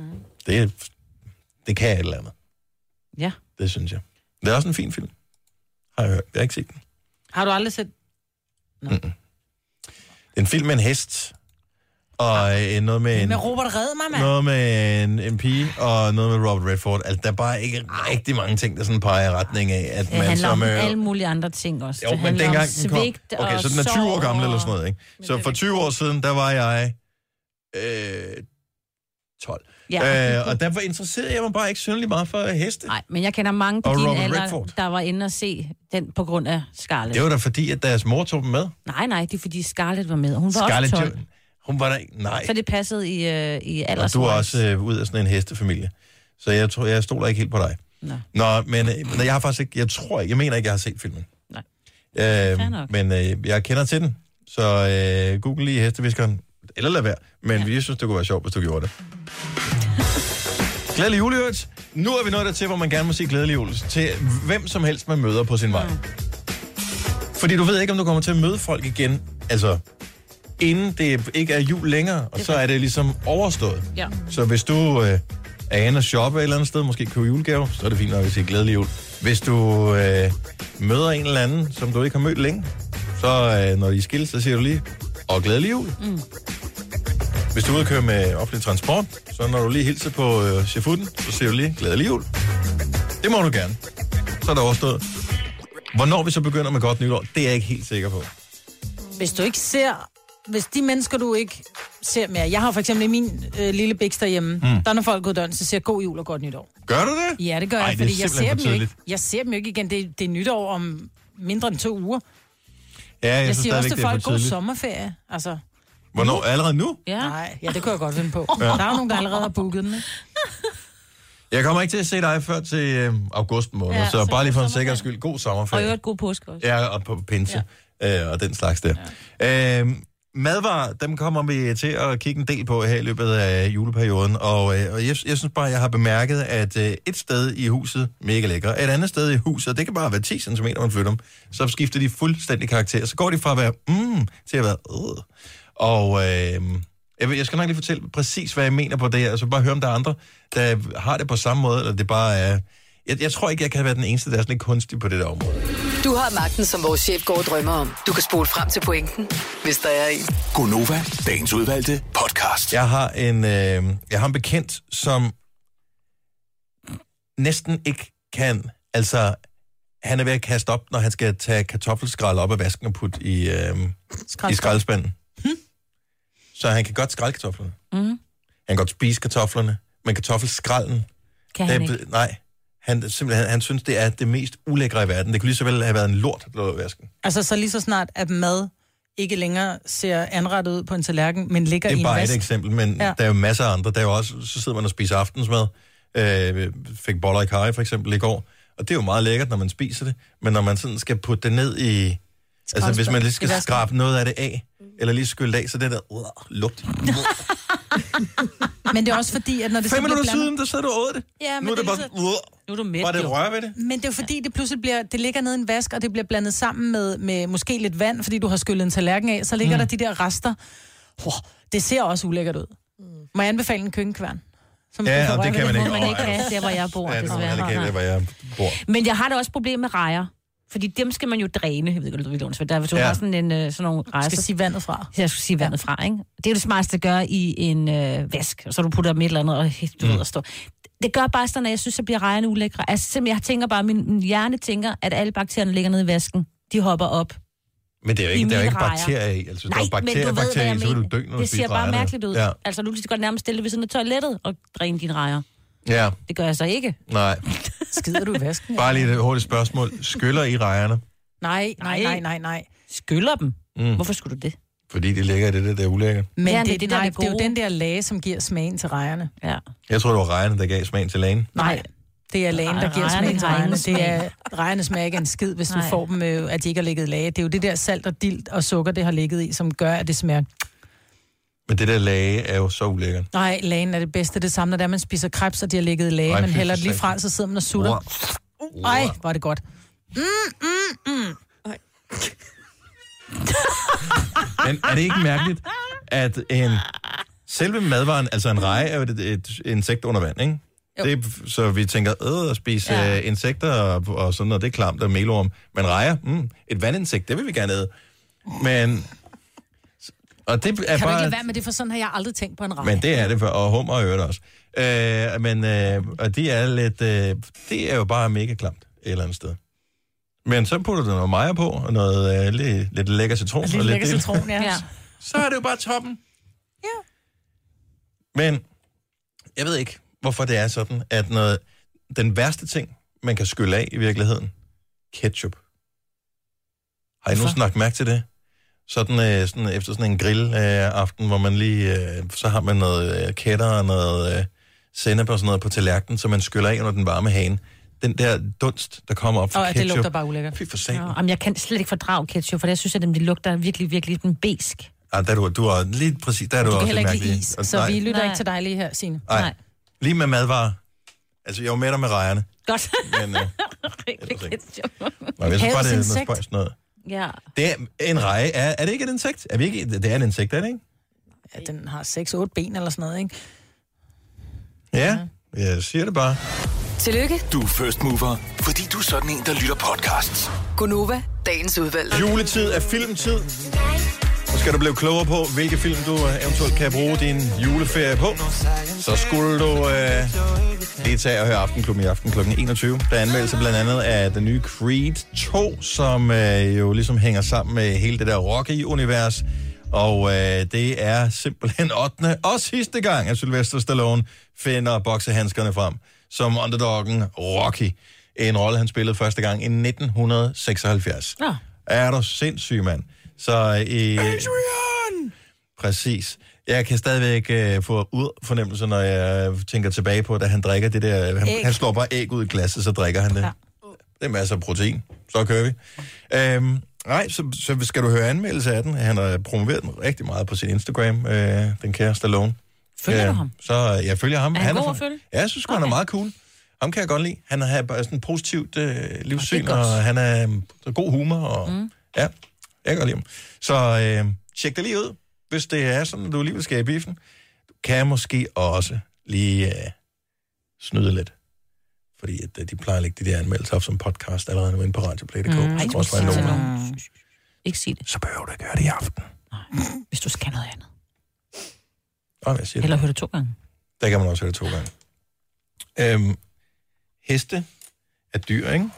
Speaker 1: Det kan et eller andet.
Speaker 3: Ja.
Speaker 1: Det synes jeg. Det er også en fin film. Har jeg hørt. Jeg har ikke set den.
Speaker 2: Har du aldrig set...
Speaker 1: Det er en film med en hest. Og noget med en...
Speaker 2: Med Robert Redmer, mand.
Speaker 1: Noget med en pige, og noget med Robert Redford. Altså, der er bare ikke rigtig mange ting, der sådan peger i retning af, at
Speaker 3: Det
Speaker 1: man
Speaker 3: handler
Speaker 1: som...
Speaker 3: om alle mulige andre ting også.
Speaker 1: Jo,
Speaker 3: Det
Speaker 1: men
Speaker 3: handler om
Speaker 1: dengang den kom...
Speaker 3: svigt
Speaker 1: Okay,
Speaker 3: og
Speaker 1: så den er 20 år gammel eller sådan noget, ikke? Så for 20 år siden, der var jeg 12.
Speaker 3: Ja.
Speaker 1: Og derfor interesserede jeg mig bare ikke synderligt meget for heste.
Speaker 3: Nej, men jeg kender mange på
Speaker 1: Og
Speaker 3: din
Speaker 1: Robert
Speaker 3: alder,
Speaker 1: Redford.
Speaker 3: der var inde og se den på grund af Scarlett.
Speaker 1: Det var da fordi, at deres mor tog dem med.
Speaker 3: Nej, det er fordi Scarlett var med, og hun var
Speaker 1: Scarlett
Speaker 3: også 12.
Speaker 1: hun var der ikke... Nej.
Speaker 3: Så det passede i
Speaker 1: Og
Speaker 3: alders.
Speaker 1: du er også ud af sådan en hestefamilie. Så jeg tror, jeg stoler ikke helt på dig. Nå, men jeg har faktisk ikke... Jeg mener ikke, jeg har set filmen.
Speaker 3: Nej.
Speaker 1: Men jeg kender til den. Så google lige hesteviskeren. Eller lad være. Men vi synes, det kunne være sjovt, hvis du gjorde det. Glædelig jul, Jørgens. Nu er vi nået dertil, hvor man gerne må sige glædelig jul til hvem som helst, man møder på sin vej. Fordi du ved ikke, om du kommer til at møde folk igen, altså inden det ikke er jul længere, og så er det ligesom overstået.
Speaker 3: Ja.
Speaker 1: Så hvis du er inde og shoppe et eller andet sted, måske købe julegave, så er det fint nok at sige glædelig jul. Hvis du møder en eller anden, som du ikke har mødt længe, så når I er skilt, så siger du lige, og glædelig jul. Hvis du er ude at køre med offentlig transport, så når du lige hilser på chaufføren, så siger du lige, glædelig jul. Det må du gerne. Så er det overstået. Hvornår vi så begynder med godt nytår, det er jeg ikke helt sikker på.
Speaker 2: Hvis du ikke ser... Hvis de mennesker, du ikke ser mere... Jeg har for eksempel i min lille biks derhjemme, der når folk går døren, så siger god jul og godt nytår.
Speaker 1: Gør du det?
Speaker 2: Ja, det gør
Speaker 1: Ej,
Speaker 2: jeg,
Speaker 1: det er
Speaker 2: fordi jeg
Speaker 1: simpelthen
Speaker 2: ser
Speaker 1: for
Speaker 2: dem jo ikke.
Speaker 1: tidligt.
Speaker 2: Jeg ser dem jo ikke igen. Det er nytår om mindre end 2 uger.
Speaker 1: Ja,
Speaker 2: Jeg
Speaker 1: synes
Speaker 2: siger også
Speaker 1: stadigvæk,
Speaker 2: til
Speaker 1: det er
Speaker 2: folk,
Speaker 1: for
Speaker 2: god
Speaker 1: tidligt.
Speaker 2: sommerferie. Altså,
Speaker 1: Hvornår? Allerede nu?
Speaker 3: Ja.
Speaker 2: nej, ja, det kunne jeg godt finde på. Der er jo nogen, der allerede har booket den, ikke?
Speaker 1: Jeg kommer ikke til at se dig før til august måned,
Speaker 3: Ja,
Speaker 1: så
Speaker 3: så
Speaker 1: bare lige for en
Speaker 3: god
Speaker 1: sikkerheds skyld, god
Speaker 3: Og
Speaker 1: sommerferie.
Speaker 3: jo et god påske også.
Speaker 1: Ja, og på pinse og den slags der. Ja. Madvarer, dem kommer vi til at kigge en del på her i løbet af juleperioden, og jeg synes bare, jeg har bemærket, at et sted i huset, mega lækker, et andet sted i huset, det kan bare være 10 cm, man flytter dem, så skifter de fuldstændig karakter, så går de fra at være til at være Og jeg skal nok lige fortælle præcis, hvad jeg mener på det her, altså bare høre, om der er andre, der har det på samme måde, eller det bare er... Jeg tror ikke, jeg kan være den eneste, der er sådan lidt kunstig på det der område.
Speaker 5: Du har magten, som vores chef går og drømmer om. Du kan spole frem til pointen, hvis der er en.
Speaker 4: Gonova, dagens udvalgte podcast.
Speaker 1: Jeg har en bekendt, som næsten ikke kan... Altså, han er ved at kaste op, når han skal tage kartoffelskrald op af vasken og putte i skraldespanden. Så han kan godt skrælle kartoflerne. Han kan godt spise kartoflerne, men kartoffelskralden...
Speaker 3: Kan han ikke?
Speaker 1: Nej. Han synes, det er det mest ulækre i verden. Det kunne lige så vel have været en lort, der lå i vasken.
Speaker 2: Altså, så lige så snart, at mad ikke længere ser anrettet ud på en tallerken, men ligger i
Speaker 1: Det
Speaker 2: en
Speaker 1: er bare
Speaker 2: vask.
Speaker 1: et eksempel, men der er jo masser af andre. Der er jo også, så sidder man og spiser aftensmad. Fik boller i karry for eksempel i går. Og det er jo meget lækkert, når man spiser det. Men når man sådan skal putte det ned i... Altså, hvis man lige skal skrabe noget af det af, eller lige skylde af, så det der lugt.
Speaker 2: Men det er også fordi, at når det
Speaker 1: 5
Speaker 2: så bliver
Speaker 1: minutter
Speaker 2: blandet...
Speaker 1: siden, der sad du og åd det.
Speaker 2: Ja, men
Speaker 1: Nu er det bare...
Speaker 3: Nu er du med,
Speaker 1: Var det
Speaker 3: jo.
Speaker 1: røre ved det?
Speaker 2: Men det er jo fordi, det pludselig bliver, det ligger ned i en vask, og det bliver blandet sammen med måske lidt vand, fordi du har skyllet en tallerken af, så ligger der de der rester. Det ser også ulækkert ud. Må jeg anbefale en køkkenkværn? Som
Speaker 1: Ja, og det kan man ikke.
Speaker 3: Man ikke have, der hvor jeg bor,
Speaker 1: Ja, det
Speaker 3: desværre.
Speaker 1: kan jeg, hvor jeg bor.
Speaker 3: Men jeg har da også et problem med rejer. Fordi dem skal man jo dræne. Jeg ved ikke, hvad du hvis du har sådan nogle rejer.
Speaker 2: skal sige vandet fra.
Speaker 3: Jeg skulle sige vandet fra, ikke? Det er jo det smarteste at gøre i en vask, og så du putter dem et eller andet, og du ved at stå. Det gør bare sådan, at jeg synes, at bliver rejerne ulækre. Altså simpelthen, jeg tænker bare, min hjerne tænker, at alle bakterierne ligger nede i vasken. De hopper op.
Speaker 1: Men det er jo ikke, der er ikke bakterier i. Altså,
Speaker 3: Nej,
Speaker 1: der er bakterier,
Speaker 3: men du ved, hvad jeg
Speaker 1: så vil du
Speaker 3: mener.
Speaker 1: dø, når du
Speaker 3: det ser bare
Speaker 1: rejerne.
Speaker 3: mærkeligt ud. Ja. Altså, du kan godt nærmest stille ved sådan et toilettet og dræne dine rejer.
Speaker 1: Ja.
Speaker 3: Det gør jeg så ikke.
Speaker 1: Nej.
Speaker 2: Skider du i vasken?
Speaker 1: Bare lige et hurtigt spørgsmål. Skyller I rejerne?
Speaker 2: Nej.
Speaker 3: Skyller dem? Hvorfor skulle du det?
Speaker 1: Fordi de ligger i det der ulækkert.
Speaker 2: Men
Speaker 3: ja,
Speaker 2: det er jo
Speaker 3: gode.
Speaker 2: den der lage, som giver smagen til rejerne.
Speaker 3: Ja.
Speaker 1: Jeg tror, det var rejerne, der gav smagen til lagen.
Speaker 2: Nej, det er lagen, der giver smagen til rejerne. Det er rejerne smager ikke en skid, hvis du får dem, at de ikke har ligget i lage. Det er jo det der salt og dild og sukker, det har ligget i, som gør, at det smager.
Speaker 1: Men det der lage er jo så ulækkert.
Speaker 2: Nej, lagen er det bedste. Det samme, når man spiser krebs, og de har ligget i lage. Man hælder det lige fra, så sidder man og sutter. Ej, hvor er det godt.
Speaker 1: Men er det ikke mærkeligt, at selve madvaren, altså en reje er jo et insekt under vand, ikke? Det, så vi tænker, at spise insekter og sådan noget, det er klamt og melorm. Men rejer, et vandinsekt, det vil vi gerne æde. Men... Og det er
Speaker 2: kan
Speaker 1: bare...
Speaker 2: du ikke være med det, for sådan har jeg aldrig tænkt på en reje.
Speaker 1: Men det er det, og hummer og øvrigt også. Og de er lidt... det er jo bare mega klamt et eller andet sted. Men så putter du noget majer på, og noget lidt lækker citron.
Speaker 2: Lidt lækker citron, ja.
Speaker 1: Så er det jo bare toppen.
Speaker 2: Ja.
Speaker 1: Men jeg ved ikke, hvorfor det er sådan, at den værste ting, man kan skylle af i virkeligheden, ketchup. Har I nu snakket mærke til det? Sådan efter sådan en grillaften, hvor man lige, så har man noget kætter og noget sennep og sådan noget på tallerkenen, så man skyller af under den varme hane. Den der dunst, der kommer op fra ketchup.
Speaker 2: Det lugter bare ulækkert.
Speaker 1: Fy for satan.
Speaker 3: Jamen, jeg kan slet ikke fordrage ketchup, for jeg synes, at de lugter virkelig, virkelig den besk.
Speaker 1: Ja, du er lige præcis, der er du
Speaker 2: kan
Speaker 1: også
Speaker 2: heller ikke
Speaker 1: mærkelig.
Speaker 2: lide is, så vi lytter ikke til dig lige her, Signe.
Speaker 1: Nej. Lige med madvarer. Altså, jeg var med dig med rejerne.
Speaker 3: Godt.
Speaker 1: Men,
Speaker 3: ketchup.
Speaker 1: Jeg synes bare, det er noget spøjs noget.
Speaker 3: Ja.
Speaker 1: Det er en reje. Er det ikke et insekt? Er vi ikke? Det er et insekt, er det ikke?
Speaker 2: Ja, den har 6-8 ben eller sådan noget, ikke?
Speaker 1: Ja, jeg siger det bare.
Speaker 5: Tillykke,
Speaker 4: Du er first mover, fordi du er sådan en, der lytter podcasts.
Speaker 5: Gunova, dagens udvalgte.
Speaker 1: Juletid er filmtid. Nu skal du blive klogere på, hvilke film du eventuelt kan bruge din juleferie på. Så skulle du lige tage og høre Aftenklubben i aften kl. 21. Der er anmeldelse blandt andet af den nye Creed 2, som jo ligesom hænger sammen med hele det der Rocky-univers. Og det er simpelthen 8. og sidste gang, at Sylvester Stallone finder boksehandskerne frem som underdoggen Rocky. En rolle, han spillede første gang i 1976.
Speaker 3: Ja.
Speaker 1: Er du sindssyg, mand? Så Adrian! Præcis. Jeg kan stadigvæk få fornemmelse, når jeg tænker tilbage på, da han drikker det der... Han slår bare æg ud i glasset, så drikker han det. Ja. Det er masser af protein. Så kører vi. Nej, så skal du høre anmeldelse af den. Han har promoveret den rigtig meget på sin Instagram, den kære Stallone.
Speaker 3: Følger du ham?
Speaker 1: Så jeg følger ham.
Speaker 3: Er han god at følge?
Speaker 1: Ja, jeg synes han er meget cool. Ham kan jeg godt lide. Han har bare sådan et positivt livssyn, og han er god humor. Og, ja, jeg kan godt lide ham. Så tjek det lige ud, hvis det er sådan, at du alligevel skal i biffen. Du kan måske også lige snyde lidt. Fordi at de plejer at lægge de der anmeldelser op som podcast allerede nu inde på radioplay.dk.
Speaker 3: Ikke sig det.
Speaker 1: Så behøver du ikke gøre det i aften.
Speaker 3: Nej, hvis du skal noget andet.
Speaker 1: Jeg siger
Speaker 3: Eller
Speaker 1: det.
Speaker 3: høre det 2 gange.
Speaker 1: Der kan man også høre det 2 gange. Heste er dyr, ikke?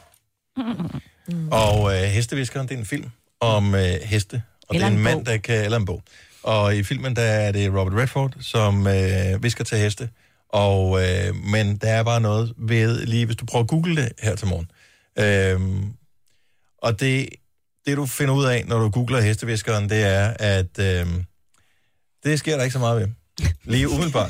Speaker 1: Og Hesteviskeren, det er en film om heste. Og
Speaker 3: eller
Speaker 1: det er en
Speaker 3: en
Speaker 1: mand, der kan... Eller en bog. Og i filmen, der er det Robert Redford, som visker til heste. Og, men der er bare noget ved, lige hvis du prøver at google det her til morgen. Og det du finder ud af, når du googler hesteviskeren, det er, at det sker der ikke så meget ved. Lige umiddelbart.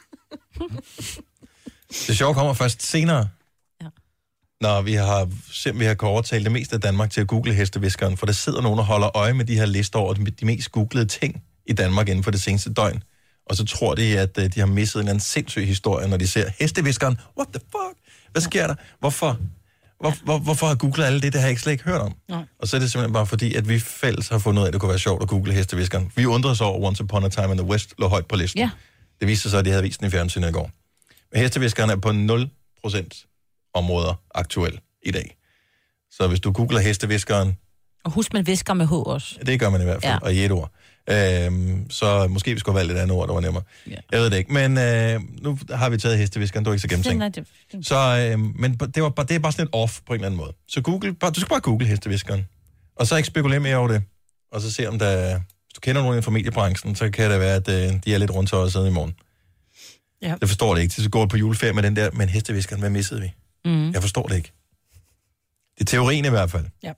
Speaker 1: Det sjove kommer først senere. Ja. Når vi har overtalt det meste af Danmark til at google hesteviskeren, for der sidder nogen og holder øje med de her lister over de mest googlede ting i Danmark inden for det seneste døgn. Og så tror de, at de har misset en eller anden sindssyg historie, når de ser hesteviskeren. What the fuck? Hvad sker der? Hvorfor har googlet alle det? Det har jeg slet ikke hørt om. Nej. Og så er det simpelthen bare fordi, at vi fælles har fundet ud af, at det kunne være sjovt at google hesteviskeren. Vi undrede os over Once Upon a Time in the West lå højt på listen. Ja. Det viste sig så, at de havde vist den i fjernsynet i går. Men hesteviskeren er på 0% områder aktuel i dag. Så hvis du googler hesteviskeren...
Speaker 3: Og husk, man visker med H også.
Speaker 1: Det gør man i hvert fald, og i et ord. Så måske vi skulle have valgt et andet ord, der var nemmere. Ja. Jeg ved det ikke, men nu har vi taget hesteviskeren, du er ikke så gennemtænkt. Så, men det er bare sådan et off på en eller anden måde. Så du skal bare google hesteviskeren, og så ikke spekulere mere over det. Og så se om der... Hvis du kender nogen i familiebranchen, så kan det være, at de er lidt rundt til os i morgen. Ja. Jeg forstår det ikke. Så går på juleferie med den der, men hesteviskeren, hvad missede vi? Jeg forstår det ikke. Det er teorien i hvert fald.
Speaker 2: Ja.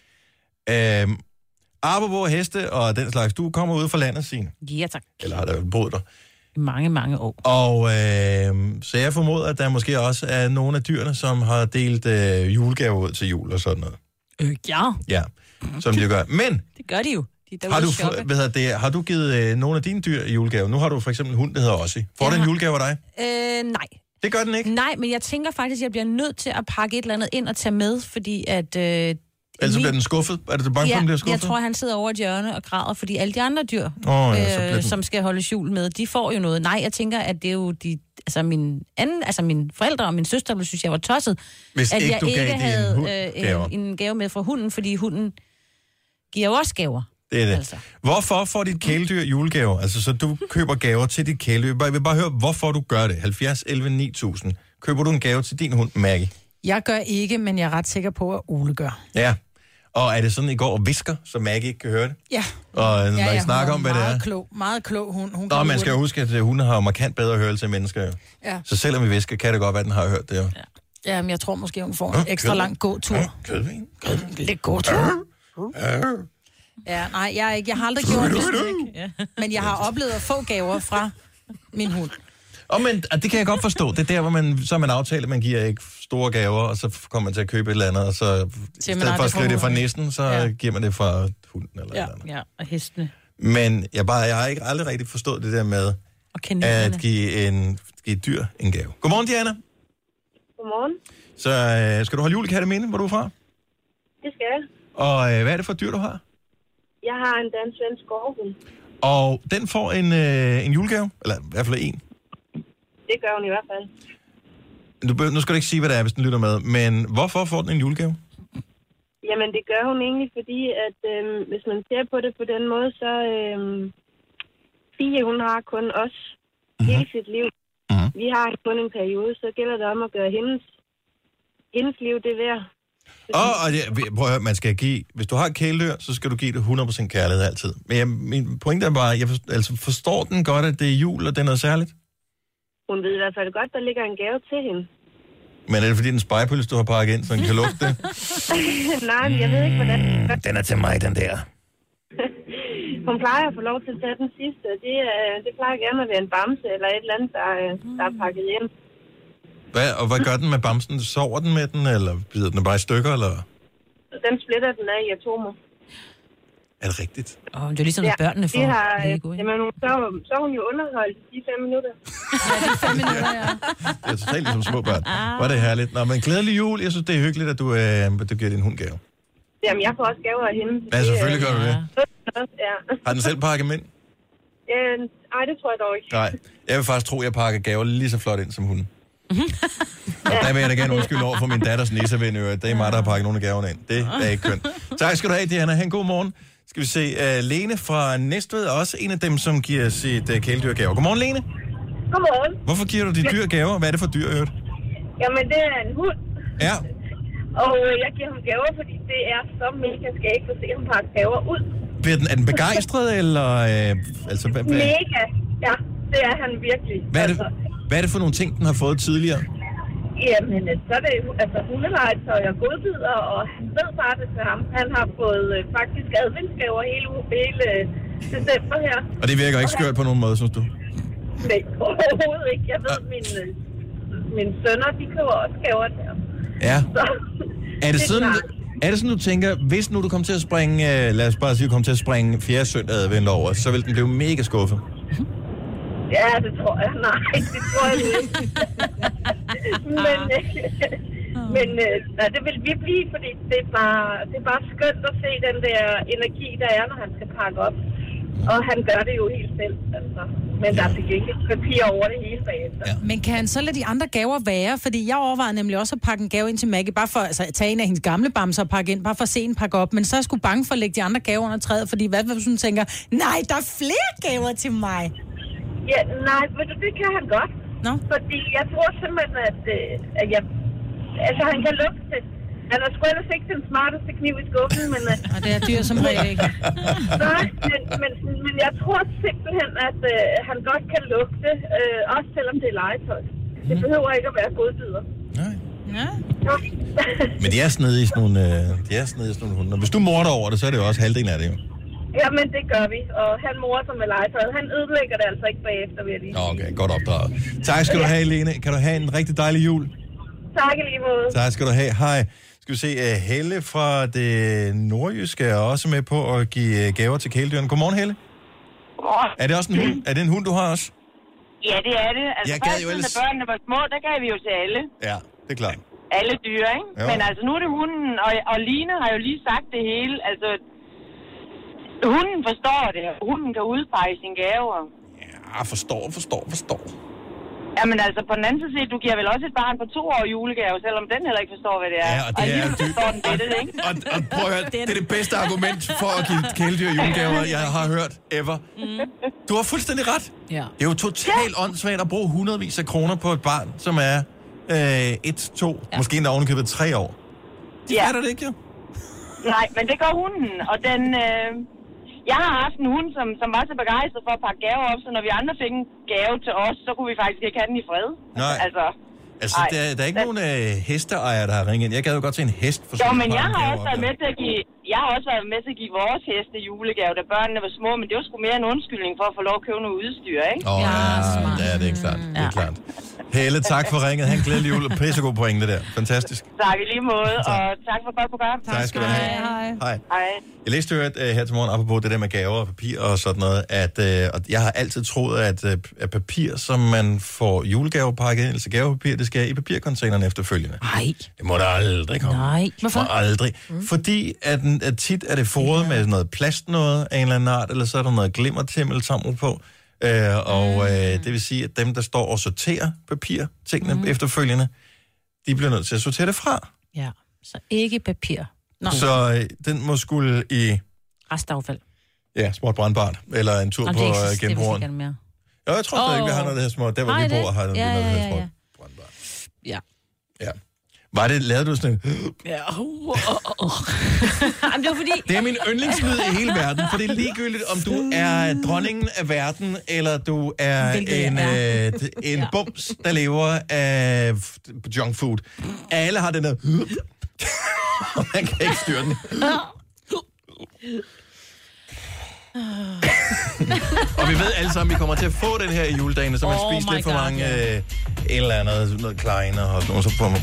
Speaker 1: Apropos heste og den slags, du kommer ud fra landet, Signe.
Speaker 3: Ja, tak.
Speaker 1: Eller har der boet der?
Speaker 3: Mange, mange år.
Speaker 1: Og så jeg formoder, at der måske også er nogle af dyrene, som har delt julegaver ud til jul og sådan noget.
Speaker 3: Ja.
Speaker 1: Ja, som de gør. Men...
Speaker 3: Det gør de jo.
Speaker 1: Har du givet nogle af dine dyr julegave? Nu har du for eksempel en hund, der hedder Ossie. Får den julegave af dig?
Speaker 3: Nej.
Speaker 1: Det gør den ikke?
Speaker 3: Nej, men jeg tænker faktisk, at jeg bliver nødt til at pakke et eller andet ind og tage med, fordi at...
Speaker 1: Altså bliver den skuffet? Er du bange for, den bliver skuffet?
Speaker 3: Jeg tror, han sidder over et hjørne og græder, fordi alle de andre dyr, som skal holde jul med, de får jo noget. Nej, jeg tænker, at det er jo mine forældre og min søster, der synes, jeg var tosset.
Speaker 1: Hvis
Speaker 3: at
Speaker 1: ikke
Speaker 3: jeg
Speaker 1: du
Speaker 3: ikke
Speaker 1: gav
Speaker 3: havde en gave med fra hunden, fordi hunden giver jo også gaver.
Speaker 1: Det er det. Altså. Hvorfor får dit kæledyr julegaver? Altså, så du køber gaver til dit kæledyr. Jeg vil bare høre, hvorfor du gør det. 70, 11, 9000. Køber du en gave til din hund, Maggie?
Speaker 2: Jeg gør ikke, men jeg er ret sikker på, at Ole gør.
Speaker 1: Ja. Og er det sådan, I går og visker, så Maggie ikke kan høre det?
Speaker 2: Ja.
Speaker 1: Og når I snakker om, hvad det er?
Speaker 2: Meget klog hund.
Speaker 1: Nå, man skal jo huske, at hunde har markant bedre hørelse end mennesker. Jo.
Speaker 2: Ja.
Speaker 1: Så selvom vi visker, kan det godt være, at den har hørt det. Jo.
Speaker 2: Ja, men jeg tror måske, hun får en ekstra lang gåtur.
Speaker 1: Kødvin.
Speaker 2: Lidt gåtur. Ja, nej, jeg har aldrig gjort det. Men jeg har oplevet at få gaver fra min hund.
Speaker 1: Men det kan jeg godt forstå. Det er der, hvor så man aftaler, man giver ikke store gaver, og så kommer man til at købe et eller andet, og så i stedet for at skrive det fra næsten, så giver man det fra hunden eller et eller andet.
Speaker 3: Ja, og hestene.
Speaker 1: Men jeg har ikke aldrig rigtig forstået det der med at give et dyr en gave. Godmorgen, Diana.
Speaker 7: Godmorgen.
Speaker 1: Så skal du holde jul i Kataminde, hvor du er fra?
Speaker 7: Det skal jeg.
Speaker 1: Og hvad er det for et dyr, du har?
Speaker 7: Jeg har en dansk svensk skovhund.
Speaker 1: Og den får en julegave? Eller i hvert fald en?
Speaker 7: Det gør hun i hvert fald.
Speaker 1: Nu skal du ikke sige, hvad det er, hvis den lytter med, men hvorfor får den en julegave?
Speaker 7: Jamen, det gør hun egentlig, fordi at hvis man ser på det på den måde, så Fie, hun har kun os hele sit liv. Vi har kun en periode, så gælder det om at gøre hendes liv det værd.
Speaker 1: Prøv at høre, man skal give... Hvis du har et kæledyr, så skal du give det 100% kærlighed altid. Men min pointe er bare, forstår den godt, at det er jul, og det er noget særligt?
Speaker 7: Hun ved i hvert fald godt, der ligger en gave til hende.
Speaker 1: Men er det fordi, den spejepølse, du har pakket ind, så den kan lugte det?
Speaker 7: Nej, men jeg ved ikke, hvordan...
Speaker 1: Den er til mig, den der.
Speaker 7: Hun plejer at få lov til at tage den sidste. Det plejer gerne at være en bamse eller et eller andet, der er pakket ind.
Speaker 1: Hvad gør den med bamsen? Sover den med den, eller bider den bare i stykker, eller?
Speaker 7: Den splitter den af i atomer.
Speaker 1: Er det rigtigt?
Speaker 3: Det er ligesom, at børnene får.
Speaker 7: Jamen, så er hun jo underholdt de 5 minutter.
Speaker 3: Ja, det er 5 minutter, ja.
Speaker 1: Det er totalt ligesom små børn. Hvor er det herligt. Nå, men glædelig jul. Jeg synes, det er hyggeligt, at du giver din hund gave.
Speaker 7: Jamen, jeg får også gaver af hende.
Speaker 1: Ja, selvfølgelig gør du det.
Speaker 7: Ja.
Speaker 1: Har den selv pakket dem ind?
Speaker 7: Nej, det tror jeg dog ikke.
Speaker 1: Nej, jeg vil faktisk tro, at jeg pakker gaver lige så flot ind som hunden. Der vil jeg da gerne undskylde over for min datters nisseven. Det er mig, der har pakket nogle af gaverne ind. Det er ikke kønt. Tak skal du have, Diana. Ha' en god morgen. Skal vi se, Lene fra Næstved er også en af dem, som giver sit kæledyr gaver. Godmorgen, Lene.
Speaker 7: Godmorgen.
Speaker 1: Hvorfor giver du dit dyr gaver? Hvad er det for dyr, øvrigt?
Speaker 7: Jamen, det er en hund.
Speaker 1: Ja.
Speaker 7: Og jeg giver ham gaver, fordi det er så mega skægt at se ham pakke gaver ud.
Speaker 1: Er den begejstret, eller...
Speaker 7: Mega. Ja, det er han virkelig.
Speaker 1: Hvad er det for nogle ting, den har fået tidligere?
Speaker 7: Jamen, så er det hundelegetøj og godbidder, og han ved bare det til ham. Han har fået faktisk adventsgaver hele december her.
Speaker 1: Og det virker ikke skørt på nogen måde, synes du?
Speaker 7: Nej, overhovedet ikke. Jeg ved, mine sønner, de køber også gaver til ham.
Speaker 1: Ja.
Speaker 7: Så,
Speaker 1: er det sådan, du tænker, hvis nu du kommer til at springe, lad os bare sige, du kommer til at springe 4. søndag advent over, så vil den blive mega skuffet?
Speaker 7: Ja, det tror jeg. Nej, det tror jeg ikke. Men det vil vi blive, fordi det er bare skønt at se den der energi, der er, når han skal pakke op. Og han gør det jo helt selv, altså. Men der fik ikke papir over det hele bagefter.
Speaker 2: Ja. Men kan han så lade de andre gaver være? Fordi jeg overvejede nemlig også at pakke en gave ind til Maggie, bare for at tage en af hendes gamle bamser og pakke ind, bare for at se en pakke op. Men så er jeg sgu bange for at lægge de andre gaver under træet, fordi hvad hvis hun tænker, nej, der er flere gaver til mig?
Speaker 7: Ja, nej, det kan han godt.
Speaker 2: Nå?
Speaker 7: Fordi jeg tror simpelthen, at jeg... Altså, han kan lugte det. Han er sgu ellers ikke den smarteste kniv i skuffen, men...
Speaker 2: Og det er dyr som regel ikke.
Speaker 7: Nej, men jeg tror simpelthen, at han godt kan lugte, også selvom det er legetøj. Det behøver ikke at være godbidder.
Speaker 1: Nej.
Speaker 2: Ja.
Speaker 1: Men de er snedige i sådan nogle hunde. Og hvis du morder over det, så er det jo også halvdelen af det jo.
Speaker 7: Ja, men det gør vi. Og han morer sig med legetøjet. Han ødelægger det altså ikke bagefter, vil jeg lige sige.
Speaker 1: Okay, godt opdraget. Tak skal du have, Lene. Kan du have en rigtig dejlig jul?
Speaker 7: Tak i lige måde.
Speaker 1: Tak skal du have. Hej. Skal vi se, Helle fra det nordjyske er også med på at give gaver til kæledyrene. Godmorgen, Helle.
Speaker 9: Godmorgen.
Speaker 1: Er det også en hund? Er det en hund, du har også?
Speaker 9: Ja, det er det. Altså, før da børnene var små, der gav vi jo til alle.
Speaker 1: Ja, det er klart.
Speaker 9: Alle dyr, ikke? Jo. Men altså, nu er det hunden, og Line har jo lige sagt det hele. Altså, hunden forstår det, og hunden kan udpege sine gaver.
Speaker 1: Ja, forstår.
Speaker 9: Jamen altså, på den anden side, du giver vel også et barn på 2 år julegave, selvom den heller ikke forstår, hvad det er.
Speaker 1: Ja, og det er
Speaker 9: forstår den det, ikke?
Speaker 1: Og prøv at høre, det er det bedste argument for at give kæledyr julegaver, jeg har hørt ever. Du har fuldstændig ret.
Speaker 2: Ja.
Speaker 1: Det er jo totalt åndssvagt at bruge hundredvis af kroner på et barn, som er 1, 2, måske endda ovenikøbet 3 år. De fatter det ikke, jo?
Speaker 9: Nej, men det gør hunden, og den... Jeg har haft en hund, som var så begejstret for at pakke gaver op, så når vi andre fik en gave til os, så kunne vi faktisk ikke have den i fred.
Speaker 1: Nej. Altså, der er ikke nogen hesteejere, der har ringet ind. Jeg gad jo godt til en hest.
Speaker 9: Jo, men jeg har også været med til at give... Jeg har også været med til at give vores heste julegave, da børnene var små, men det var sgu mere en undskyldning for at få lov at købe noget udstyr, ikke?
Speaker 1: Det er klart. Det er klart. Helle, tak for ringet. Han glædelig jul. Pissegod pointe der. Fantastisk.
Speaker 9: Tak i lige måde, og tak for et godt program.
Speaker 1: Tak skal du have. Hej. Jeg læste hørt her til morgen, apropos det der med gaver og papir og sådan noget, at jeg har altid troet, at papir, som man får julegavepakket ind, altså gavepapir, det skal i papircontaineren efterfølgende.
Speaker 2: Nej.
Speaker 1: Det må der aldrig komme.
Speaker 2: Nej.
Speaker 1: Hvorfor? Aldrig. Fordi at tit er det foret med noget plast noget af en eller anden art, eller så er der noget glimmertimmelsamlet på. Det vil sige, at dem, der står og sorterer papirtingene efterfølgende, de bliver nødt til at sortere det fra.
Speaker 3: Ja, så ikke papir.
Speaker 2: Nå.
Speaker 1: Så den må skulle i...
Speaker 3: Restaffald.
Speaker 1: Ja, småt brandbart. Eller en tur på genbrugeren. Ja, jeg tror ikke, vi har noget af det her småt. Der, hvor vi bor, har vi noget af det her småt brandbart.
Speaker 3: Ja.
Speaker 1: Lavede du sådan en...
Speaker 3: Ja. Det var fordi...
Speaker 1: Det er min yndlingslyd i hele verden, for det er ligegyldigt, om du er dronningen af verden, eller du er en bums, der lever af junk food. Alle har den der... Og man kan ikke styre den. Og vi ved alle sammen, vi kommer til at få den her i juledagene, så man spiser lidt for mange et eller andet, noget kleiner og sådan noget, så får man...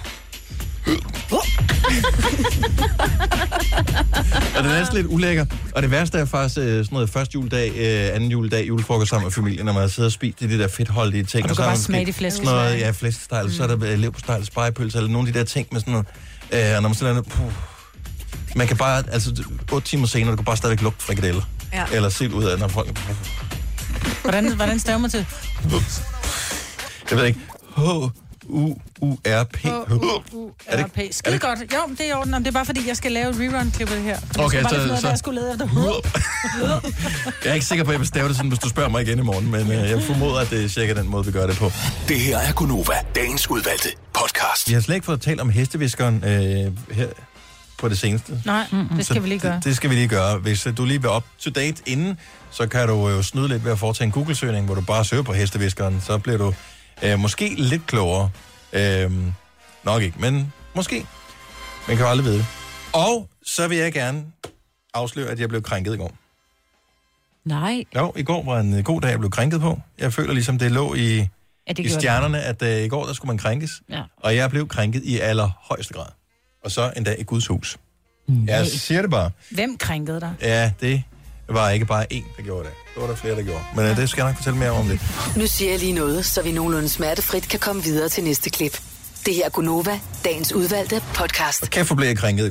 Speaker 1: Og det er næsten lidt ulækker. Og det værste er faktisk sådan noget første juledag, anden juledag, julefrokost sammen med familien, når man sidder og spiser de der fedtholdige ting.
Speaker 2: Og du kan bare smage de flæskesteg.
Speaker 1: Ja, flæskesteg, så er der leverpostej eller spegepølse, eller nogle af de der ting med sådan noget. Og når man sådan man kan bare, altså 8 timer senere, du kan bare stadigvæk lugte frikadeller. Ja. Eller sild ud af, når folk...
Speaker 2: Hvordan staver man til?
Speaker 1: Jeg ved ikke. H-U-R-P.
Speaker 2: H-U-R-P. Skide godt. Jo, det er i orden. Det er bare fordi, jeg skal lave et rerun-klip af det her.
Speaker 1: Okay,
Speaker 2: så... Jeg skulle lede efter.
Speaker 1: Jeg er ikke sikker på, at jeg vil stave det sådan, hvis du spørger mig igen i morgen, men jeg formoder, at det er cirka den måde, vi gør det på.
Speaker 4: Det her er Gonova, dagens udvalgte podcast.
Speaker 1: Vi har slet ikke fået talt om hesteviskeren her på det seneste.
Speaker 2: Nej, det skal vi lige gøre.
Speaker 1: Det skal vi lige gøre. Hvis du lige vil up to date inden, så kan du jo snyde lidt ved at foretage en Google-søgning, hvor du bare søger på hesteviskeren. Så bliver du måske lidt klogere. Nok ikke, men måske. Man kan jo aldrig vide det. Og så vil jeg gerne afsløre, at jeg blev krænket i går.
Speaker 3: Nej.
Speaker 1: Jo, i går var en god dag, jeg blev krænket på. Jeg føler ligesom, det lå i stjernerne, at i går, der skulle man krænkes. Ja. Og jeg blev krænket i allerhøjeste grad. Og så endda i Guds hus. Jeg siger det bare.
Speaker 2: Hvem krænkede dig?
Speaker 1: Ja, det var ikke bare én, der gjorde det. Det var der flere, der gjorde. Men det skal jeg nok fortælle mere om det.
Speaker 5: Nu siger jeg lige noget, så vi nogenlunde smertefrit kan komme videre til næste klip. Det her er Gonova, dagens udvalgte podcast.
Speaker 1: Og kæft, hvor blev jeg krænket i går.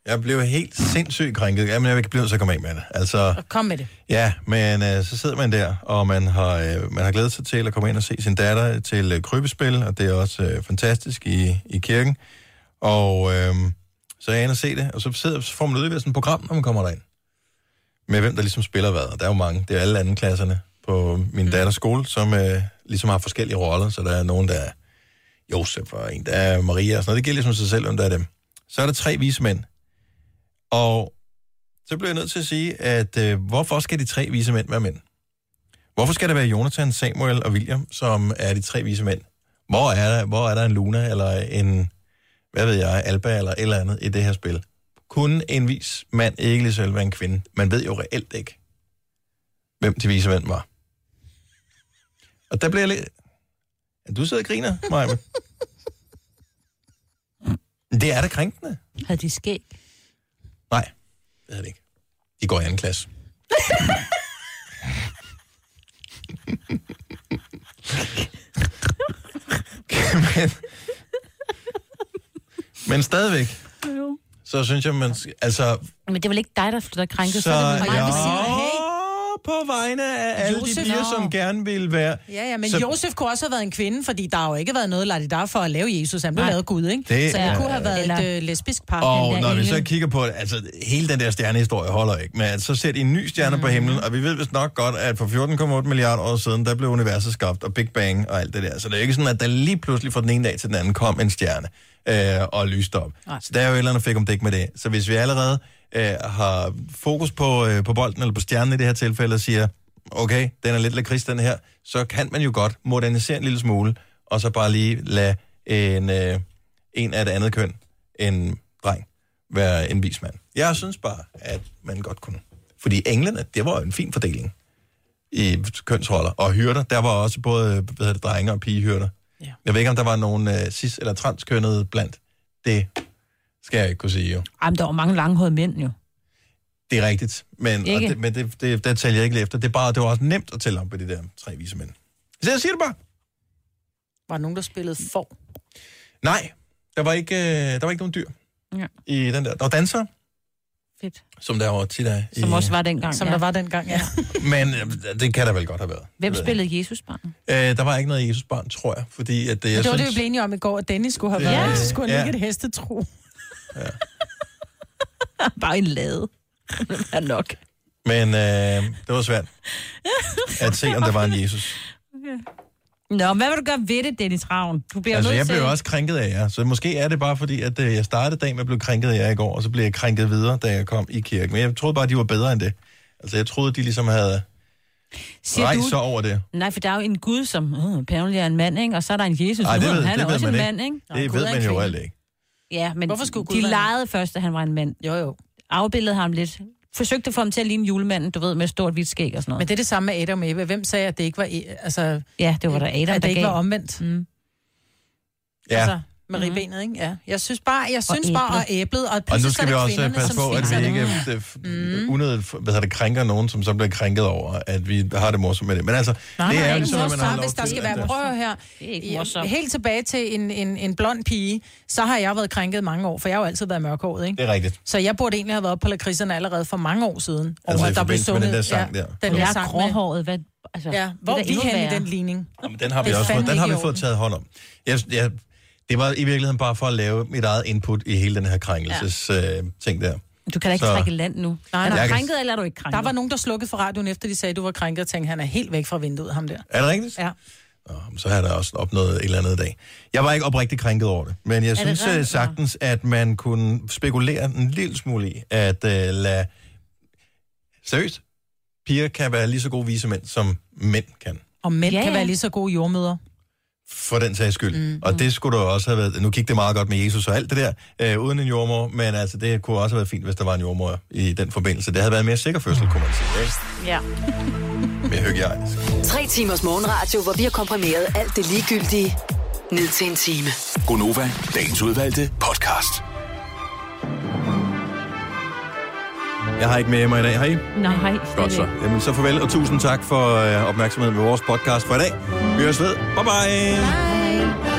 Speaker 1: Jeg blev helt sindssygt krænket. Jamen, jeg blev så komme af med det. Altså,
Speaker 2: kom med det.
Speaker 1: Ja, men så sidder man der, og man har glædet sig til at komme ind og se sin datter til krybespil, og det er også fantastisk i kirken. Og så er jeg inde og se det, og så får man udleveret sådan et program, når man kommer derind. Med hvem der ligesom spiller hvad. Og der er jo mange. Det er alle anden klasserne på min datters skole, som ligesom har forskellige roller. Så der er nogen, der er Josef, og en, der er Maria og sådan noget. Det giver ligesom sig selv, hvem der er dem. Så er der 3 vise mænd. Og så bliver jeg nødt til at sige, at hvorfor skal de 3 vise mænd være mænd? Hvorfor skal det være Jonathan, Samuel og William, som er de 3 vise mænd? Hvor er der en Luna, eller en, hvad ved jeg, Alba, eller et eller andet i det her spil? Kunne en vis mand ikke lige selv være en kvinde? Man ved jo reelt ikke, hvem de vise mænd var. Og der bliver jeg lidt... Du sidder og griner, Maja. Det er da krænkende.
Speaker 3: Havde de skæg?
Speaker 1: Nej, det havde det ikke. De går i anden klasse. men stadigvæk, så synes jeg, man... Altså,
Speaker 3: men det er vel ikke dig, der er krænket?
Speaker 1: Så
Speaker 3: er det
Speaker 1: ja, på vegne af alle
Speaker 2: Josef,
Speaker 1: de piger, som gerne vil være...
Speaker 2: Ja, men
Speaker 1: så...
Speaker 2: Josef kunne også have været en kvinde, fordi der har jo ikke været noget ladidar for at lave Jesus. Han blev lavet Gud, ikke? Så det kunne have været et lesbisk par.
Speaker 1: Og når vi så kigger på det, altså hele den der stjernehistorie holder ikke, men så ser de en ny stjerne på himlen, og vi ved vist nok godt, at for 14,8 milliarder år siden, der blev universet skabt, og Big Bang og alt det der. Så det er ikke sådan, at der lige pludselig fra den ene dag til den anden kom en stjerne og lyste op. Så der er jo et eller andet fik om dæk med det. Så hvis vi allerede har fokus på bolden, eller på stjernen i det her tilfælde, og siger, okay, den er lidt lakrids, den her, så kan man jo godt modernisere en lille smule, og så bare lige lade en af det andet køn, en dreng, være en vis mand. Jeg synes bare, at man godt kunne. Fordi englene, det var jo en fin fordeling i kønsroller. Og hyrder, der var også både drenge og pigehyrder. Ja. Jeg ved ikke, om der var nogen cis- eller transkønnede blandt. Det skal jeg ikke kunne sige, jo.
Speaker 3: Jamen, der var mange langhårede mænd, jo.
Speaker 1: Det er rigtigt, men det tæller jeg ikke lige efter. Det var også nemt at tælle om på de der 3 vise mænd. Så jeg siger det bare.
Speaker 2: Var der nogen, der spillede får?
Speaker 1: Nej, der var ikke nogen dyr i den der. Der var dansere.
Speaker 3: Fedt.
Speaker 1: Som der var tit af.
Speaker 3: Som også var dengang.
Speaker 2: Som der var dengang, ja.
Speaker 1: Men det kan der vel godt have været.
Speaker 3: Hvem spillede Jesusbarn?
Speaker 1: Der var ikke noget Jesusbarn, tror jeg. Fordi at
Speaker 2: det var det, vi blev enige om i går, at Dennis skulle have været. Ja. Så skulle han ikke et hestetro.
Speaker 1: Ja.
Speaker 3: Bare en lade. Det er nok.
Speaker 1: Men det var svært at se, om der var en Jesus.
Speaker 3: Okay. Nå, hvad vil du gøre ved det, Dennis Ravn? Du bliver
Speaker 1: altså, jeg
Speaker 3: til...
Speaker 1: blev også krænket af jer. Så måske er det bare fordi, at jeg startede dagen med at blive krænket af jer i går, og så blev jeg krænket videre, da jeg kom i kirken. Men jeg troede bare, de var bedre end det. Altså, jeg troede, de ligesom havde rejst sig over det.
Speaker 3: Nej, for der er jo en Gud, som apparently er en mand, ikke? Og så er der en Jesus,
Speaker 1: han
Speaker 3: er også en mand, ikke?
Speaker 1: Det ved man jo alt ikke.
Speaker 3: Ja, men de legede først, at han var en mand.
Speaker 2: Jo.
Speaker 3: Afbildede ham lidt. Forsøgte at få ham til at ligne julemanden, du ved, med stort hvidt skæg og sådan noget.
Speaker 2: Men det er det samme med Adam og Eva. Hvem sagde, at det ikke var... Altså,
Speaker 3: ja, det var der Adam,
Speaker 2: at det ikke var omvendt.
Speaker 1: Ja.
Speaker 2: Altså, med ribbenet, ikke? Ja. Jeg synes bare, at æblet...
Speaker 1: Og nu skal vi også passe på, at vi ikke unødigt krænker nogen, som så bliver krænket over, at vi har det morsomt med det. Men altså,
Speaker 2: nej,
Speaker 1: det er jo
Speaker 2: ligesom,
Speaker 1: man har lov
Speaker 2: hvis der skal være prøver her. Helt tilbage til en blond pige, så har jeg været krænket mange år, for jeg har jo altid været mørkhåret, ikke?
Speaker 1: Det er rigtigt.
Speaker 2: Så jeg burde egentlig have været på lakridserne allerede for mange år siden.
Speaker 1: Altså i forbindelse med den der sang der.
Speaker 3: Den der sang gråhåret, hvad...
Speaker 2: Altså, ja, hvor er vi hen i den ligning?
Speaker 1: Jamen, den har vi også fået. Den har vi fået taget hånd om. Det var i virkeligheden bare for at lave mit eget input i hele den her krænkelses-ting der.
Speaker 3: Du kan da ikke trække land nu. Nej. Er du krænket, eller er du ikke krænket?
Speaker 2: Der var nogen, der slukkede for radioen, efter de sagde, at du var krænket, og tænkte, han er helt væk fra vinduet, ham der.
Speaker 1: Er det rigtigt?
Speaker 2: Ja.
Speaker 1: Så har der også opnået et eller andet i dag. Jeg var ikke oprigtigt krænket over det, men jeg synes sagtens, at man kunne spekulere en lille smule i, at lade... Seriøst? Piger kan være lige så gode vise mænd, som mænd kan.
Speaker 2: Og mænd kan være lige så gode jordmødre.
Speaker 1: For den sags skyld. Og det skulle der også have været... Nu gik det meget godt med Jesus og alt det der, uden en jordmor, men altså, det kunne også have været fint, hvis der var en jordmor i den forbindelse. Det havde været en mere sikker fødsel, kunne man sige. Ikke?
Speaker 3: Ja.
Speaker 1: Mere hygiejnisk.
Speaker 5: 3 timers morgenradio, hvor vi har komprimeret alt det ligegyldige ned til en time.
Speaker 4: Gonova, dagens udvalgte podcast.
Speaker 1: Jeg har ikke med mig i dag, har I?
Speaker 3: Nej,
Speaker 1: godt så. Jamen, så farvel, og tusind tak for opmærksomheden med vores podcast for i dag. Vi høres ved. Bye bye.
Speaker 3: Bye.